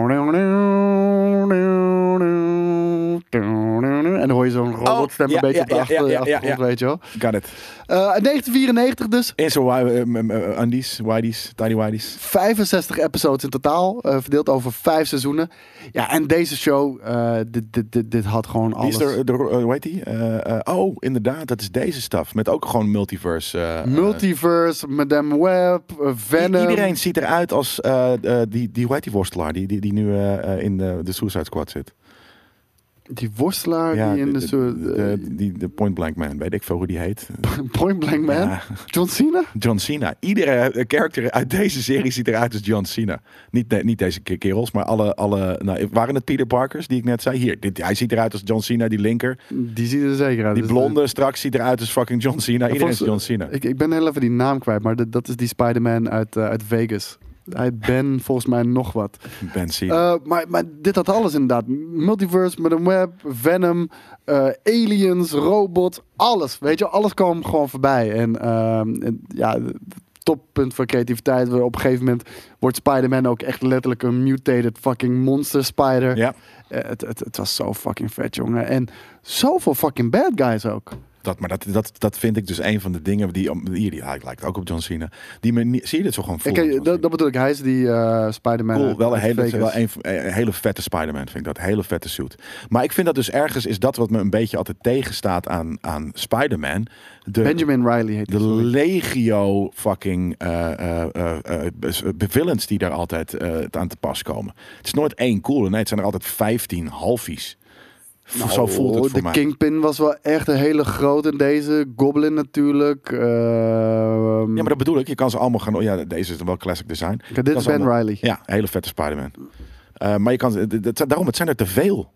En dan hoor je zo'n robotstem Oh, ja, een beetje ja, op de ja, achter, ja, ja, achtergrond, ja. weet je wel. Got it. Uh, uit negentien vierennegentig dus. In zo'n uh, um, um, uh, undies, whiteys, tiny whiteys. vijfenzestig episodes in totaal, uh, verdeeld over vijf seizoenen. Ja, en deze show, uh, dit, dit, dit, dit had gewoon Wie alles. is er, de, uh, hoe heet die? Uh, uh, oh, inderdaad, dat is deze stuff. Met ook gewoon multiverse. Uh, Multiverse, Madame Web, uh, uh, Venom. Iedereen ziet eruit als uh, uh, die, die, hoe heet die worstelaar die, die, die nu uh, uh, in de, de Suicide Squad zit. Die worstelaar Ja, die in de, de, de, soort... de, die, de Point Blank Man, weet ik veel hoe die heet. Point Blank Man? Ja. John Cena? John Cena. Iedere uh, character uit deze serie ziet eruit als John Cena. Niet, de, niet deze ke- kerels, maar alle, alle nou, waren het Peter Parkers die ik net zei? Hier, dit, hij ziet eruit als John Cena, die linker. Die ziet er zeker uit. Die Dus, blonde straks ziet eruit als fucking John Cena. Iedereen is volgens- John Cena. Ik, ik ben heel even die naam kwijt, maar dat, dat is die Spider-Man uit, uh, uit Vegas. Hij Ben volgens mij nog wat. Ben Cena. Uh, maar, maar dit had alles inderdaad. Multiverse, Madame Web, Venom, uh, aliens, robots, alles. Weet je, alles kwam gewoon voorbij. En, uh, en ja, het toppunt van creativiteit. Op een gegeven moment wordt Spider-Man ook echt letterlijk een mutated fucking monster spider. Ja, Uh, het, het, het was zo fucking vet, jongen. En zoveel fucking bad guys ook. dat, maar dat, dat, dat vind ik dus een van de dingen die... Hier, die hij lijkt ook op John Cena. Die me niet, zie je dit zo gewoon Ik, voelen? uh, dat, dat bedoel ik. Hij is die uh, Spider-Man. Cool, uit- wel een uit hele, Vegas. wel een, een hele vette Spider-Man vind ik dat. Hele vette suit. Maar ik vind dat dus ergens is dat wat me een beetje altijd tegenstaat aan, aan Spider-Man. De, Benjamin Riley heet de hij, sorry. legio fucking uh, uh, uh, uh, villains die daar altijd uh, aan te pas komen. Het is nooit één coole. Nee, het zijn er altijd vijftien halfies. Nou, Zo voelt het voor de mij. Kingpin was wel echt een hele grote. Deze Goblin natuurlijk. Uh, Ja, maar dat bedoel ik. Je kan ze allemaal gaan... Ja, deze is wel classic design. dit kan is ze Ben allemaal- Riley. Ja, hele vette Spider-Man. Uh, maar je kan... het- het- Daarom, het zijn er te veel.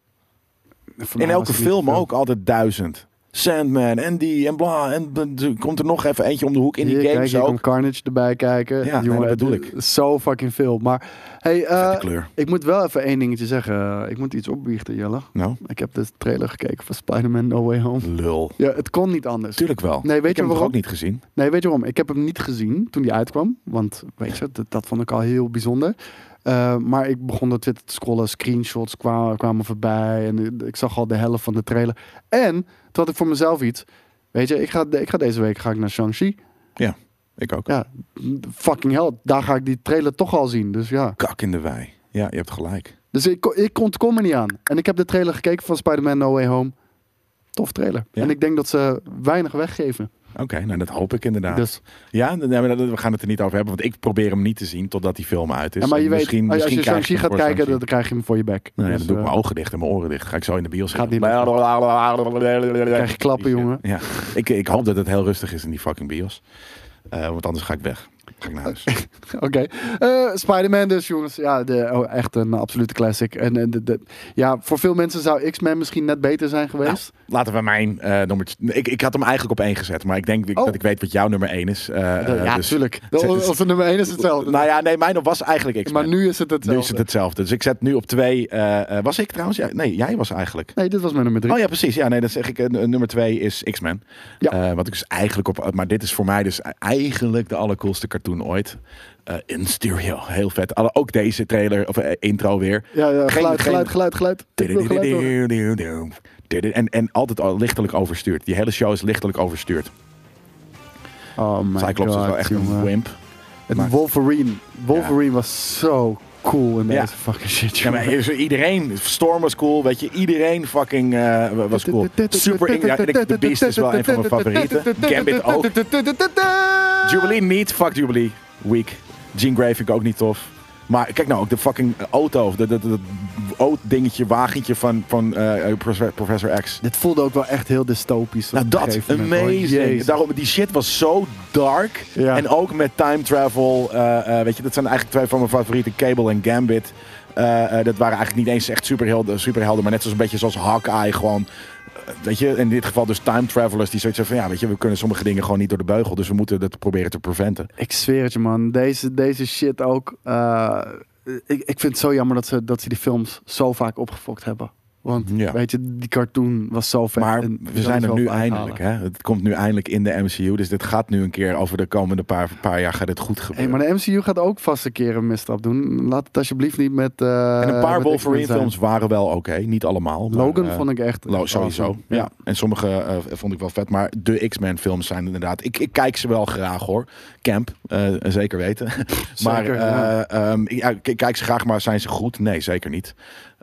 Voor mij In elke was het niet film veel. ook altijd duizend. Sandman en die en bla. En er komt er nog even eentje om de hoek in die Hier, kijk, games hier ook. komt Carnage erbij kijken. Ja, nee, Jongen, dat bedoel het- ik. Zo fucking veel. Maar hey, uh, Vette kleur. ik moet wel even één dingetje zeggen. Ik moet iets opbiechten, Jelle. Nou, Ik heb de trailer gekeken van Spider-Man No Way Home. lul. Ja, het kon niet anders. Tuurlijk wel. Nee, weet ik je heb hem toch waarom? ook niet gezien. Nee, weet je waarom? Ik heb hem niet gezien toen die uitkwam. Want, weet je, dat, dat vond ik al heel bijzonder. Uh, maar ik begon door Twitter te scrollen. Screenshots kwamen, kwamen voorbij. En ik zag al de helft van de trailer. En toen had ik voor mezelf iets. Weet je, ik ga, ik ga deze week ga ik naar Shang-Chi. Ik ook. Ja, fucking hell. Daar ga ik die trailer toch al zien. Dus ja. Kak in de wei. Ja, je hebt gelijk. Dus ik, kon- ik ontkom er niet aan. En ik heb de trailer gekeken van Spider-Man No Way Home. Tof trailer. Ja? En ik denk dat ze weinig weggeven. Oké, nou dat hoop ik inderdaad. Dus, Ja, nee, maar dat- we gaan het er niet over hebben. Want ik probeer hem niet te zien totdat die film uit is. ja, maar je En weet, misschien, als je misschien krijg Shang-Chi ik hem gaat voor kijken, Shang-Chi. dan krijg je hem voor je bek. Nee, Dus, dan doe ik eh, mijn ogen dicht en mijn oren dicht. Ga ik zo in de bios Gaat zitten. niet Dan krijg je klappen, jongen. Ja, ik, ik hoop dat het heel rustig is in die fucking bios. Uh, want anders ga ik weg. Ga ik naar huis. Oké. Eh, Spider-Man dus, jongens. Ja, de, oh, echt een absolute classic. En, en de, de, ja, voor veel mensen zou X-Men misschien net beter zijn geweest. Laten we mijn uh, nummer... Ik, ik had hem eigenlijk op één gezet. Maar ik denk Oh. dat ik weet wat jouw nummer één is. Uh, De- ja, dus- tuurlijk. De, onze nummer één is hetzelfde. Nou ja, nee, mijn was eigenlijk X-Men. maar nu is het hetzelfde. Nu is het hetzelfde. Dus ik zet nu op twee... Uh, uh, was ik trouwens? Ja, nee, jij was eigenlijk... Nee, dit was mijn nummer drie. Oh ja, precies. Ja, nee, dan zeg ik uh, nummer twee is X-Men. Ja. Uh, wat ik dus eigenlijk op... Maar dit is voor mij dus eigenlijk de allercoolste cartoon ooit. Uh, in stereo. Heel vet. Alle, ook deze trailer, of uh, intro weer. Ja, ja, Geen- geluid, geen- geluid, geluid, geluid. Ik wil geluid horen. En, en altijd al lichtelijk overstuurd. Die hele show is lichtelijk overstuurd. Oh my Cyclops god, is wel echt jongen. een wimp. Het Maar- Wolverine. Wolverine was zo cool in deze Ja. fucking shit, Ja, maar jongen. iedereen, Storm was cool, weet je, iedereen fucking uh, was cool. Super, ja, The Beast is wel een van mijn favorieten. Gambit ook. Jubilee niet, fuck Jubilee. Weak. Jean Grey vind ik ook niet tof. Maar kijk nou, ook de fucking auto, dat, dat, dat dingetje, wagentje van, van uh, Professor X. Dit voelde ook wel echt heel dystopisch. Nou, dat, amazing. Daarom, die shit was zo dark. Ja. En ook met time travel. Uh, uh, weet je, dat zijn eigenlijk twee van mijn favorieten, Cable en Gambit. Uh, uh, dat waren eigenlijk niet eens echt superhelden, superhelden maar net zoals een beetje zoals Hawkeye gewoon. Weet je, in dit geval dus time travelers die zoiets van ja, weet je, we kunnen sommige dingen gewoon niet door de beugel, dus we moeten dat proberen te preventen. Ik zweer het je, man. Deze, deze shit ook. Uh, ik, ik vind het zo jammer dat ze, dat ze die films zo vaak opgefokt hebben. Want ja. weet je, die cartoon was zo vet. Maar en we zijn er nu eindelijk. Hè? Het komt nu eindelijk in de M C U. Dus dit gaat nu een keer over de komende paar, paar jaar gaat dit goed gebeuren. Hey, maar de M C U gaat ook vast een keer een misstap doen. Laat het alsjeblieft niet met uh, en een paar Wolverine films waren wel oké. Okay. Niet allemaal. Maar, Logan uh, vond ik echt... Lo- sowieso. Ja. ja. En sommige uh, vond ik wel vet. Maar de X-Men films zijn inderdaad... Ik, ik kijk ze wel graag hoor. Camp, uh, zeker weten. maar zeker, uh, ja. um, ik, ik kijk ze graag, maar zijn ze goed? Nee, zeker niet.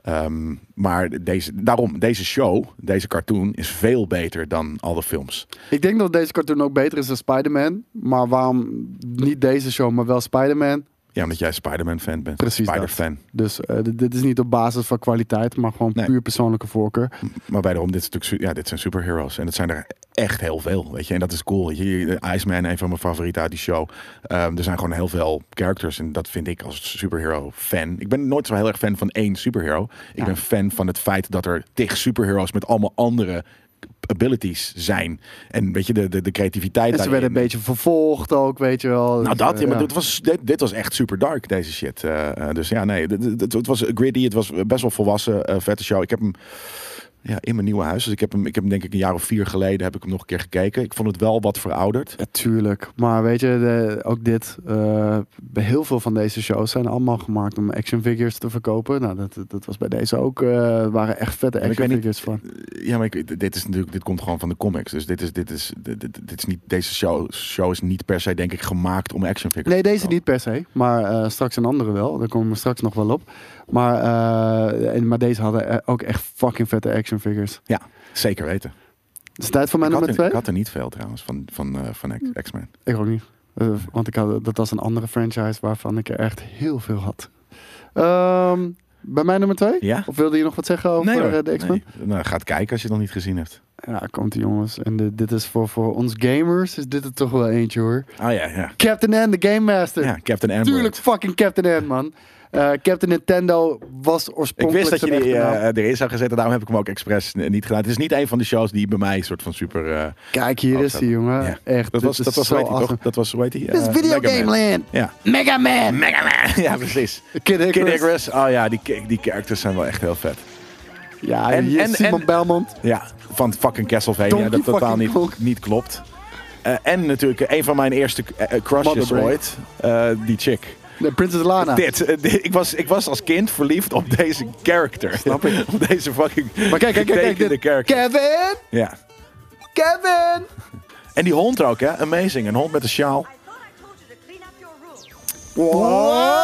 Um, maar deze, daarom, deze show, deze cartoon, is veel beter dan alle films. Ik denk dat deze cartoon ook beter is dan Spider-Man. Maar waarom niet deze show, maar wel Spider-Man? Ja, omdat jij Spider-Man-fan bent. Precies Spider-fan. Dus uh, dit, dit is niet op basis van kwaliteit, maar gewoon nee. puur persoonlijke voorkeur. Maar wederom, dit, is natuurlijk, ja, dit zijn superheroes. En dat zijn er echt heel veel, weet je. En dat is cool. Weet je. Iceman, een van mijn favorieten uit die show. Um, er zijn gewoon heel veel characters. En dat vind ik als superhero-fan. Ik ben nooit zo heel erg fan van één superhero. Ik ja. ben fan van het feit dat er tig superheroes met allemaal andere abilities zijn. En weet je, de, de, de creativiteit. En ze werden een beetje vervolgd ook, weet je wel. Nou dat, ja, maar ja. dit, was, dit, dit was echt super dark, deze shit. Uh, uh, dus ja, nee, het, het was gritty, het was best wel volwassen, uh, vette show. Ik heb hem ja, in mijn nieuwe huis. Dus ik heb hem, ik heb hem denk ik een jaar of vier geleden heb ik hem nog een keer gekeken. Ik vond het wel wat verouderd. Ja, tuurlijk. Maar weet je, de, ook dit. Uh, bij heel veel van deze shows zijn allemaal gemaakt om action figures te verkopen. Nou, dat, dat was bij deze ook. Uh, waren echt vette action figures niet, van. Ja, maar ik, dit is natuurlijk, dit komt gewoon van de comics. Dus dit is, dit is, dit, dit, dit is niet, deze show, show is niet per se denk ik gemaakt om action figures. Nee, deze niet per se. Maar uh, straks een andere wel. Daar komen we straks nog wel op. Maar, uh, en, maar deze hadden ook echt fucking vette action figures. Ja, zeker weten. Is het tijd voor mijn nummer twee? Ik had er niet veel trouwens van, van, uh, van X-Men. Ik ook niet. Uh, want ik had, dat was een andere franchise waarvan ik er echt heel veel had. Um, bij mijn nummer twee? Ja? Of wilde je nog wat zeggen over nee, uh, de X-Men? Nee. Nou, ga het kijken als je het nog niet gezien hebt. Ja, komt ie jongens. En de, dit is voor, voor ons gamers, is dit er toch wel eentje hoor. Oh ja, ja. Captain N, de Game Master. Ja, Captain N. Tuurlijk fucking Captain N, man. Uh, Captain Nintendo was oorspronkelijk. Ik wist dat je die uh, erin zou zetten, daarom heb ik hem ook expres niet gedaan. Het is niet een van de shows die bij mij een soort van super... Uh, Kijk, hier is hij, jongen. Ja. Echt. Dat was, dat was, weet awesome. Toch? Dat was, hoe heet hij? Dit is uh, Video Game Land. Ja. Mega Man. Mega Man. Ja, precies. Kid Icarus. Kid Icarus. Oh ja, die, die characters zijn wel echt heel vet. Ja, en hier en, Simon en, Belmont. Ja, van fucking Castlevania. Donkey dat totaal niet, niet klopt. Uh, en natuurlijk een van mijn eerste uh, crushes ooit. Uh, die chick. De Prinses Lana. Dit, uh, dit, ik, was, ik was als kind verliefd op deze character. Snap ik. Op deze fucking maar kijk, kijk, kijk, kijk character. Kevin! Ja. Kevin! En die hond ook, hè? Amazing. Een hond met een sjaal. Wow!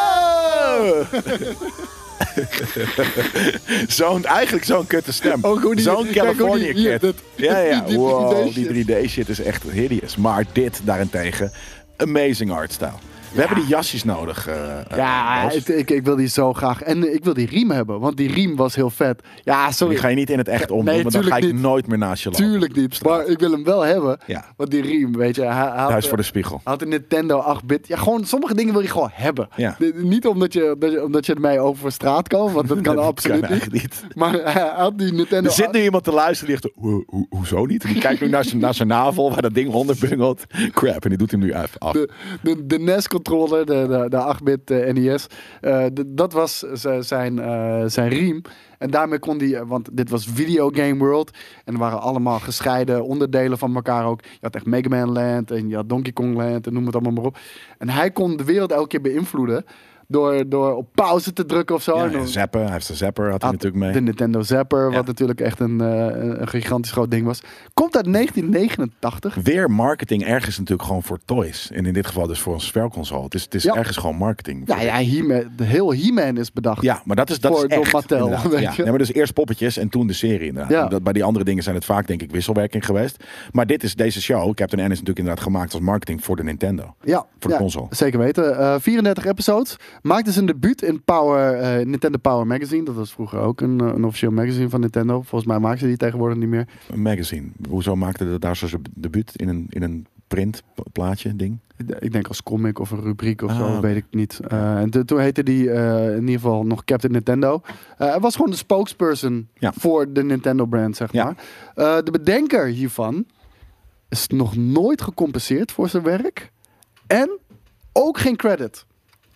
zo'n, eigenlijk zo'n kutte stem. Oh, zo'n California die, kid. Dat, ja, ja. Die, die, wow, die drie D shit is echt hideous. Maar dit daarentegen, amazing artstyle. We ja. hebben die jasjes nodig. Uh, ja, uh, ik, ik, ik wil die zo graag. En ik wil die riem hebben, want die riem was heel vet. Ja, sorry. Die ga je niet in het echt omdoen, nee, maar dan ga ik niet. nooit meer naast je lopen. Tuurlijk niet, maar ik wil hem wel hebben. Ja. Want die riem, weet je. Hij, hij had, Huis voor de spiegel. Had een Nintendo acht bit. Ja, gewoon sommige dingen wil je gewoon hebben. Ja. De, niet omdat je, dat je, omdat je ermee over straat kan, want dat kan dat absoluut kan niet. niet. Maar hij had die Nintendo... Er zit nu iemand te luisteren die zegt, ho, ho, hoezo niet? En die kijkt nu naar zijn, naar zijn navel, waar dat ding onderbungelt. Crap, en die doet hem nu even af. De, de, de N E S-controller, de, de, de acht bit uh, N E S, uh, de, dat was z- zijn, uh, zijn riem. En daarmee kon hij, want dit was Video Game World. En er waren allemaal gescheiden onderdelen van elkaar ook. Je had echt Mega Man Land en je had Donkey Kong Land en noem het allemaal maar op. En hij kon de wereld elke keer beïnvloeden. Door, door op pauze te drukken of zo. Ja, en dan, Zapper, hij heeft de Zapper, had hij had natuurlijk mee. De Nintendo Zapper, ja. wat natuurlijk echt een, uh, een gigantisch groot ding was. Komt uit negentien negenentachtig. Weer marketing ergens natuurlijk gewoon voor toys. En in dit geval dus voor een spelconsole. Het is, het is ja. ergens gewoon marketing. Ja, ja He-Man, de heel He-Man is bedacht. Ja, maar dat is, dat voor, is echt. Door Mattel, weet ja. je? Nee, maar dus eerst poppetjes en toen de serie inderdaad. Ja. Dat, bij die andere dingen zijn het vaak denk ik wisselwerking geweest. Maar dit is deze show, Captain N is natuurlijk inderdaad gemaakt als marketing voor de Nintendo. Ja, voor ja, de console. Zeker weten. Uh, vierendertig episodes. Maakte zijn debuut in Power, uh, Nintendo Power Magazine. Dat was vroeger ook een, een officieel magazine van Nintendo. Volgens mij maakten ze die tegenwoordig niet meer. Een magazine. Hoezo maakte dat daar zo zijn debuut in een, in een print plaatje ding? Ik denk als comic of een rubriek of Ah, zo, okay. weet ik niet. Uh, en to, toen heette die uh, in ieder geval nog Captain Nintendo. Uh, hij was gewoon de spokesperson ja. voor de Nintendo brand, zeg ja. maar. Uh, de bedenker hiervan is nog nooit gecompenseerd voor zijn werk. En ook geen credit.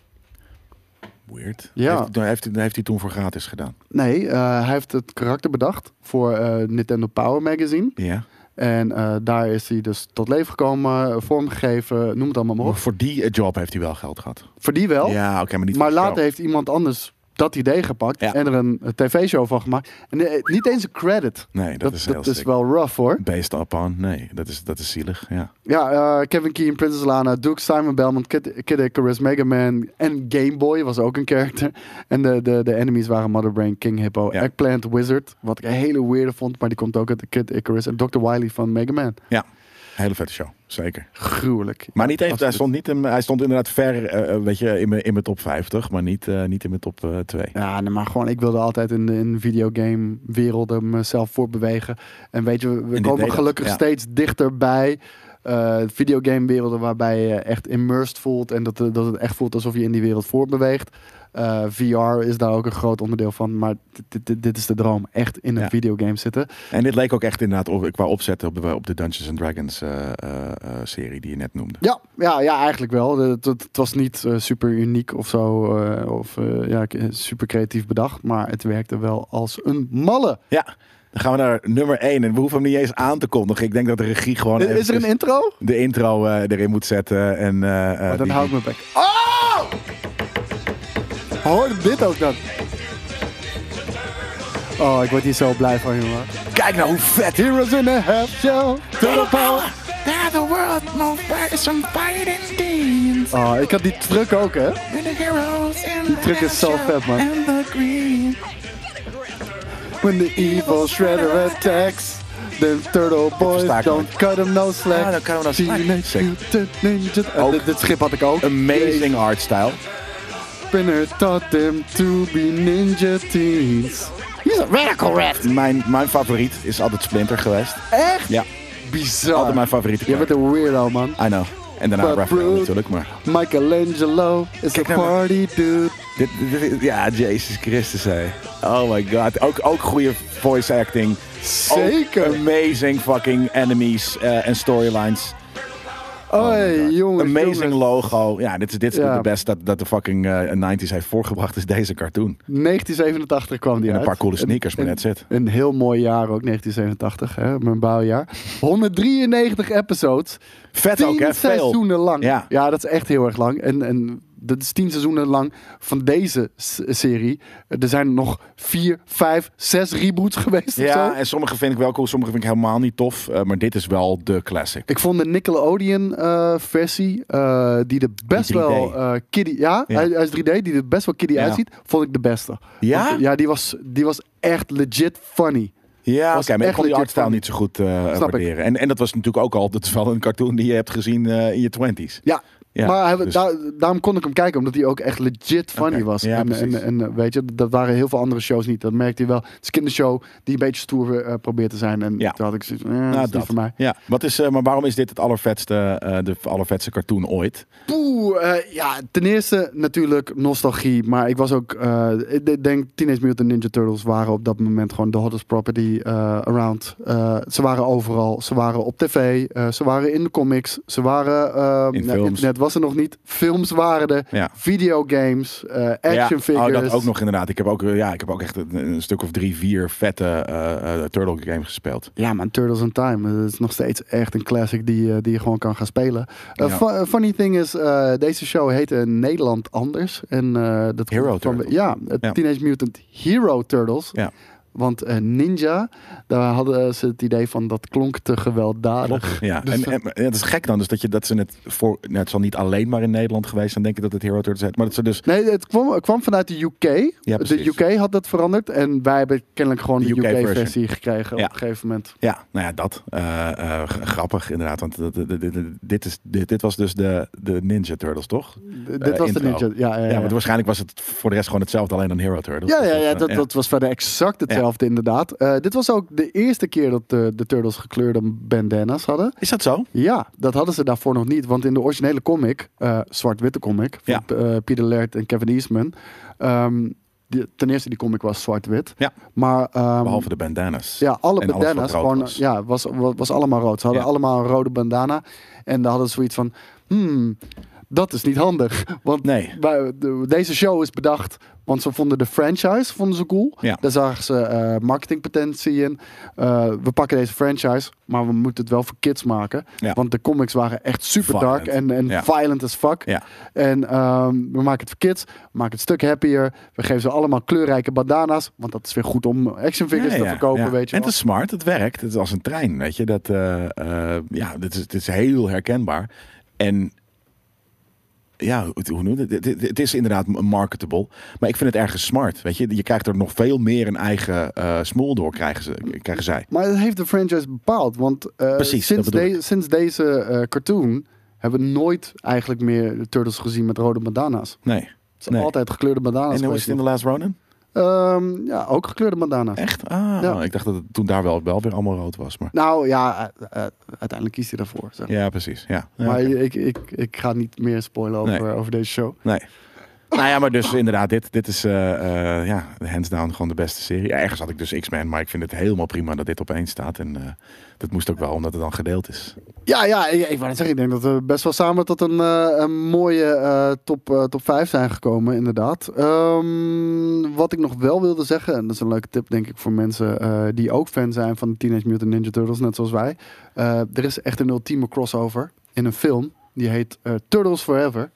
Weird. Ja. Heeft, heeft, heeft hij toen voor gratis gedaan? Nee, uh, hij heeft het karakter bedacht voor uh, Nintendo Power Magazine. Ja. En uh, daar is hij dus tot leven gekomen, vormgegeven, noem het allemaal maar op. Maar voor die job heeft hij wel geld gehad. Voor die wel. Ja, oké, okay, maar niet Maar voor de later show. heeft iemand anders dat idee gepakt Ja. en er een, een tv-show van gemaakt. En uh, niet eens een credit. Nee, dat, Dat, is heel dat is sick. wel rough hoor. Based upon, nee, dat is, dat is zielig, ja. Ja, uh, Kevin Key, Princess Lana, Duke, Simon Belmont, Kid, Kid Icarus, Mega Man en Game Boy was ook een character. En de, de, de enemies waren Mother Brain, King Hippo, Ja. Eggplant Wizard, wat ik een hele weirde vond, maar die komt ook uit de Kid Icarus en dokter Wily van Mega Man. Ja, hele vette show, zeker. Gruwelijk. Maar niet even, hij Absoluut. stond, niet in, hij stond inderdaad ver, uh, weet je, in mijn, in mijn top vijftig, maar niet, uh, niet in mijn top uh, twee. Ja, nee, maar gewoon, ik wilde altijd in de, in de videogame wereld mezelf voortbewegen. En weet je, we, we dit komen deed gelukkig dat, ja. steeds dichterbij. Uh, videogame werelden waarbij je echt immersed voelt. En dat, dat het echt voelt alsof je in die wereld voortbeweegt. Uh, V R is daar ook een groot onderdeel van. Maar dit, dit, dit is de droom. Echt in een Ja. videogame zitten. En dit leek ook echt inderdaad op, qua opzetten op de, op de Dungeons and Dragons uh, uh, uh, serie die je net noemde. Ja, ja, ja eigenlijk wel. Het, het, het was niet uh, super uniek of zo. Uh, of uh, ja, super creatief bedacht. Maar het werkte wel als een malle. Ja, dan gaan we naar nummer één. En we hoeven hem niet eens aan te kondigen. Ik denk dat de regie gewoon Is er een eventjes intro? de intro uh, erin moet zetten. En, uh, uh, Maar dan die- hou ik mijn bek. Oh! Hoor dit ook dan? Oh, ik word hier zo blij van, jongen. Kijk nou hoe vet. Heroes in a half shell. To the power. There the world most is some fighting teams. Oh, ik had die truck ook, hè? With the heroes in Die truck is zo vet, man. and the green. When the evil shredder attacks. The turtle boys versta ik don't cut him no slack. Ah, dan kan we nou slack. Teenage Sick. Mutant Ninja. Uh, Ook dit, dit schip had ik ook. Amazing art style. Spinner taught them to be ninja teens. He's a radical rat. Mijn, mijn favoriet is altijd Splinter geweest. Echt? Ja, Bizar. altijd mijn favoriete Je bent karakter. een weirdo, man. I know. En daarna But Raphael Brute- natuurlijk, maar... Michelangelo is Kijk a nou maar. party dude. Dit, dit- dit- ja, Jezus Christus, hé. Oh my god. Ook, ook goede voice acting. Zeker. Ook amazing fucking enemies uh, en storylines. Oei, God. jongens. Amazing jongens. logo. Ja, dit is, dit is Ja. de best dat, dat de fucking uh, negenties heeft voorgebracht, is deze cartoon. negentien zevenentachtig kwam die En een uit. paar coole sneakers, maar En- that's it. Een heel mooi jaar ook, negentien zevenentachtig, hè, mijn bouwjaar. honderddrieënnegentig episodes. Vet ook, tien hè? Veel. seizoenen lang. Ja. ja, dat is echt heel erg lang. En, en dat is tien seizoenen lang van deze s- serie. Er zijn nog vier, vijf, zes reboots geweest of Ja, zo. en sommige vind ik wel cool, sommige vind ik helemaal niet tof. Uh, maar dit is wel de classic. Ik vond de Nickelodeon eh, versie, eh, die er best Die drie D. wel eh kiddie, ja, Ja. Hij, hij is drie D, die er best wel kiddie Ja. uitziet, vond ik de beste. Ja? Want, ja, die was, die was echt legit funny. Ja, oké, was maar ik echt kon die legit artstyle funny. niet zo goed uh, Snap ik. waarderen. En, en dat was natuurlijk ook al, dat is wel een cartoon die je hebt gezien uh, in je twinties. Ja, Ja, maar hij, dus- daar- daarom kon ik hem kijken, omdat hij ook echt legit funny Oké, was. ja, en, precies. en, en eh, weet je, dat waren heel veel andere shows niet. Dat merkte hij wel. Het is een kindershow die een beetje stoer eh, probeert te zijn. En Ja. toen had ik zoiets van, eh, Nou, dat is niet dat. voor mij. Ja, wat is, uh, maar waarom is dit het allervetste, uh, de allervetste cartoon ooit? Poeh, eh, ja, ten eerste natuurlijk nostalgie. Maar ik was ook, eh, ik denk Teenage Mutant Ninja Turtles waren op dat moment gewoon de hottest property eh, around. Eh, ze waren overal. Ze waren op tv. eh, ze waren in de comics. Ze waren, eh, In nou, films. internet was er nog niet. Films waren er. Ja. Videogames. eh, action ja, figures. Oh, dat ook nog inderdaad. Ik heb ook, uh, ja, ik heb ook echt een, een stuk of drie, vier vette uh, uh, Turtle games gespeeld. Ja, man, Turtles in Time. Dat is nog steeds echt een classic die, eh, die je gewoon kan gaan spelen. Uh, Ja. fu- funny thing is, uh, deze show heette in Nederland anders. En, uh, dat Hero komt van- Turtles. Ja, het Ja. Teenage Mutant Hero Turtles. Ja. Want uh, ninja, daar hadden ze het idee van dat klonk te gewelddadig. Klopt, ja. Dus en, en, en het is gek dan, dus dat, je, dat ze het voor... Nou, het zal niet alleen maar in Nederland geweest zijn, denk ik dat het Hero Turtles heet. Maar dat ze dus... Nee, het kwam, het kwam vanuit de U K. Ja, de precies. U K had dat veranderd. En wij hebben kennelijk gewoon de, De U U K-versie K-versie gekregen Ja. op een gegeven moment. Ja, nou ja, dat. Uh, uh, g- grappig inderdaad, want dat- dat- dat- dat- dit, is, dit, dit was dus de, de Ninja Turtles, toch? D- dit was de intro. ninja. Ja, ja, ja. Ja, want waarschijnlijk was het voor de rest gewoon hetzelfde, alleen dan Hero Turtles. Ja, Dus ja, ja, uh, dat, dat was verder exact hetzelfde inderdaad. Uh, dit was ook de eerste keer dat de, de Turtles gekleurde bandana's hadden. Is dat zo? Ja, dat hadden ze daarvoor nog niet. Want in de originele comic, uh, zwart-witte comic, van Ja. uh, Peter Laird en Kevin Eastman. Um, die, ten eerste, die comic was zwart-wit. Ja. Maar, um, Behalve de bandana's. ja, alle En alles wat bandana's rood gewoon, was. ja, was, was, was allemaal rood. Ze hadden Ja. allemaal een rode bandana. En daar hadden ze zoiets van, hmm, dat is niet handig. Want Nee. wij- de- deze show is bedacht, want ze vonden de franchise vonden ze cool. Ja. Daar zagen ze uh, marketingpotentie in. Uh, we pakken deze franchise, maar we moeten het wel voor kids maken. Ja. Want de comics waren echt super Violent. dark en, en Ja. violent as fuck. Ja. En um, we maken het voor kids, we maken het een stuk happier. We geven ze allemaal kleurrijke bandana's, want dat is weer goed om action figures Ja, te ja, verkopen, ja. weet je En wel. het is smart, het werkt. Het is als een trein, weet je. Dat, uh, uh, ja, dit is, dit is heel herkenbaar. En ja, hoe hoe noem je het? Het- Het het is inderdaad marketable. Maar ik vind het ergens smart, weet je. Je krijgt er nog veel meer een eigen uh, smoel door, krijgen, ze, krijgen zij. Maar dat heeft de franchise bepaald, want uh, Precies, sinds, dat bedoel de- sinds deze uh, cartoon hebben we nooit eigenlijk meer de Turtles gezien met rode bandana's. Nee. Het zijn Nee. altijd gekleurde bandana's En hoe is geweest. het in The Last Ronin? Ehm, ja, ook gekleurde bandana's. Echt? Ah, Ja. ik dacht dat het toen daar wel, wel weer allemaal rood was. Maar... Nou ja, uh, uh, uiteindelijk kiest hij daarvoor. Zeg. Ja, precies. Ja. Ja, Maar oké. ik, ik, ik ga niet meer spoilen over, Nee. over deze show. Nee. Nou ja, maar dus inderdaad, dit, dit is uh, uh, ja, hands down gewoon de beste serie. Ja, ergens had ik dus X-Men, maar ik vind het helemaal prima dat dit op één staat. En uh, dat moest ook wel, omdat het dan gedeeld is. Ja, ja, ik, ik wou net zeggen, ik denk dat we best wel samen tot een, uh, een mooie uh, top, uh, top vijf zijn gekomen, inderdaad. Um, wat ik nog wel wilde zeggen, en dat is een leuke tip denk ik voor mensen uh, die ook fan zijn van de Teenage Mutant Ninja Turtles, net zoals wij. Uh, er is echt een ultieme crossover in een film, die heet uh, Turtles Forever.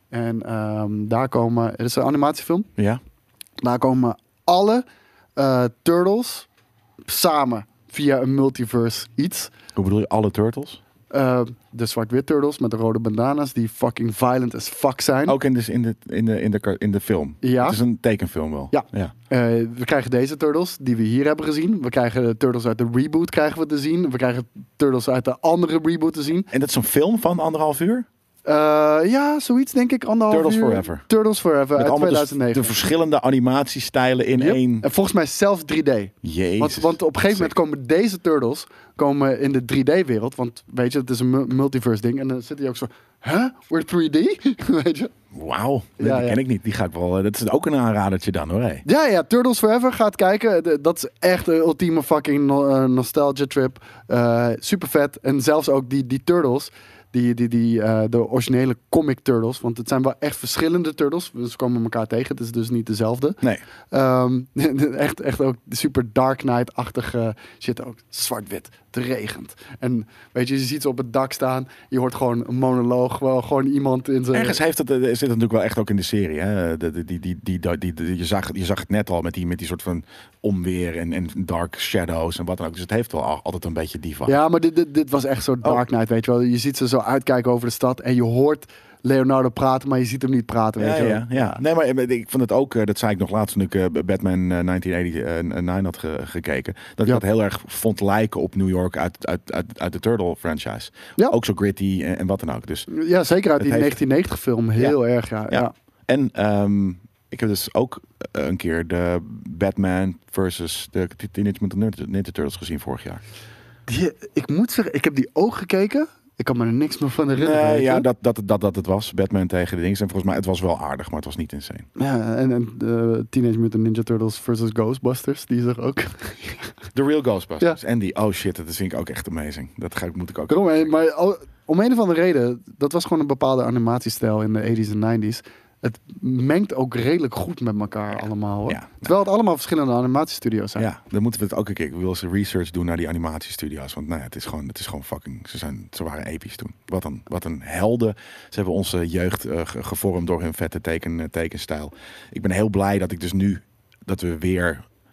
En um, daar komen, het is een animatiefilm, Ja? daar komen alle uh, Turtles samen via een multiverse iets. Hoe bedoel je, alle Turtles? Uh, de zwart-wit turtles met de rode bandana's die fucking violent as fuck zijn. Ook in de, in de, in de, in de, kar- in de film? Ja. Het is een tekenfilm wel? Ja. ja. Uh, we krijgen deze turtles die we hier hebben gezien. We krijgen de turtles uit de reboot krijgen we te zien. We krijgen turtles uit de andere reboot te zien. En dat is een film van anderhalf uur? Uh, ja, zoiets denk ik. Anderhalf Turtles uur. Forever. Turtles Forever Met uit allemaal dus tweeduizend negen. de verschillende animatiestijlen in Yep. één... En volgens mij zelfs drie D. Jezus. Want, want op een gegeven moment komen deze turtles komen in de drie D-wereld. Want weet je, het is een mu- multiverse ding. En dan zit hij ook zo, huh? We're three D? weet je? Wauw, die Ja, ken ja. ik niet. Die ga ik wel... Dat is ook een aanradertje dan hoor. Hey. Ja, ja, Turtles Forever, gaat kijken. D- Dat is echt een ultieme fucking no- uh, nostalgia trip. Uh, super vet. En zelfs ook die, die Turtles, die, die, die, uh, de originele comic Turtles. Want het zijn wel echt verschillende Turtles. Ze komen elkaar tegen. Het is dus niet dezelfde. Nee. Um, echt, echt ook super Dark Knight-achtige shit. Ook zwart-wit. Het regent. En weet je, je ziet ze op het dak staan. Je hoort gewoon een monoloog. Wel gewoon iemand in zijn... Ergens heeft het, eh, zit het natuurlijk wel echt ook in de serie. Hè? De, de, die, die, die, die, die, die- je, zag, je zag het net al met die, met die soort van onweer en, en dark shadows en wat dan ook. Dus het heeft wel al- altijd een beetje die van. Ja, maar dit, dit, dit was echt zo Dark Knight, weet je wel. Je ziet ze zo uitkijken over de stad en je hoort Leonardo praten, maar je ziet hem niet praten, weet Ja, je wel. ja, ja. Nee, maar eh, ik vond het ook, eh, dat zei ik nog laatst toen ik eh, Batman eh, negentien negenennegentig had ge- gekeken, dat Ja. ik dat heel erg vond lijken op New York uit, uit, uit, uit de Turtle franchise. Ja. Ook zo gritty en, en wat dan ook. Dus, Ja, zeker uit Het die heeft- negentien negentig film. Heel erg, ja. ja. ja. En ehm, ik heb dus ook eh, een keer de Batman versus de Teenage Mutant Ninja Turtles gezien vorig jaar. Die, ik moet zeggen, ik heb die ook gekeken. Ik kan me er niks meer van herinneren. Nee, weet ja, je. dat, dat, dat, dat het was. Batman tegen de dingen. En volgens mij, het was wel aardig, maar het was niet insane. Ja, en, en uh, Teenage Mutant Ninja Turtles versus Ghostbusters, die is er ook. The Real Ghostbusters. En die, oh shit, dat vind ik ook echt amazing. Dat ga ik, moet ik ook... Daarom, hè, maar al- om een of andere reden, dat was gewoon een bepaalde animatiestijl in de tachtiger en negentiger. Het mengt ook redelijk goed met elkaar allemaal, hoor. Ja. Terwijl het allemaal verschillende animatiestudio's zijn. Ja, dan moeten we het ook een keer. Ik wil eens research doen naar die animatiestudio's. Want nou ja, het is gewoon, het is gewoon fucking. Ze, zijn, ze waren episch toen. Wat een, wat een helden. Ze hebben onze jeugd uh, ge- gevormd door hun vette teken, uh, tekenstijl. Ik ben heel blij dat ik dus nu dat we weer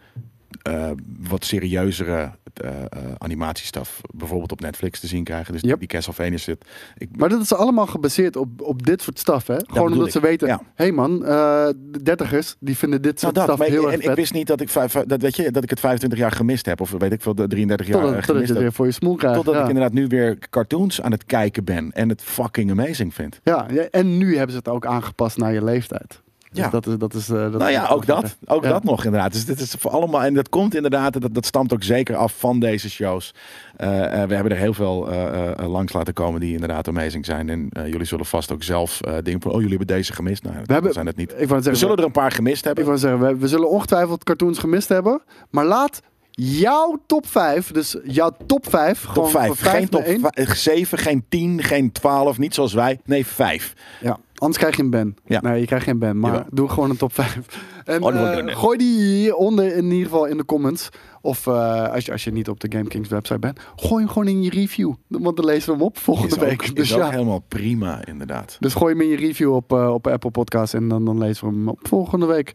uh, wat serieuzere uh, uh, animatiestaf bijvoorbeeld op Netflix te zien krijgen. Dus Yep. die Castlevania zit. Ik, Maar dat is allemaal gebaseerd op, op dit soort staf, hè? Gewoon bedoel omdat ik. ze weten, hé Ja. hey man, uh, de dertigers, die vinden dit nou soort dat, staf maar heel ik, erg en vet. ik wist niet dat ik, vijf, dat, weet je, dat ik het vijfentwintig jaar gemist heb. Of weet ik veel, de drieëndertig jaar Totdat, uh, totdat je gemist het heb. weer voor je smoel krijgt. Totdat ja. ik inderdaad nu weer cartoons aan het kijken ben. En het fucking amazing vind. Ja, ja, en nu hebben ze het ook aangepast naar je leeftijd. Dus Ja. dat is, dat is, uh, dat Nou is ja, ook dat. Ook Ja. dat nog inderdaad. Dus dit is voor allemaal. En dat komt inderdaad, dat, dat stamt ook zeker af van deze shows. Uh, uh, we hebben er heel veel uh, uh, langs laten komen die inderdaad amazing zijn. En uh, jullie zullen vast ook zelf uh, denken van, oh, jullie hebben deze gemist. Nou, dat hebben- zijn het niet. Ik wou We zeggen, zullen er een paar gemist ik hebben. wou zeggen we, we zullen ongetwijfeld cartoons gemist hebben. Maar laat jouw top vijf, dus jouw top vijf, Top gewoon van vijf. vijf Geen top naar één. vijf, zeven, geen tien, geen twaalf. Niet zoals wij. Nee, vijf. Ja, anders krijg je een ban. Ja. Nee, je krijgt geen ban, maar Jawel. doe gewoon een top vijf. En Oh, dat wil ik eh, doen, nee. gooi die hieronder in ieder geval in de comments. Of uh, als, je, als je niet op de GameKings website bent, gooi hem gewoon in je review. Want dan lezen we hem op volgende Is ook, week. is Dus ook ja, helemaal prima, inderdaad. dus gooi hem in je review op, uh, op Apple Podcasts en dan, dan lezen we hem op volgende week.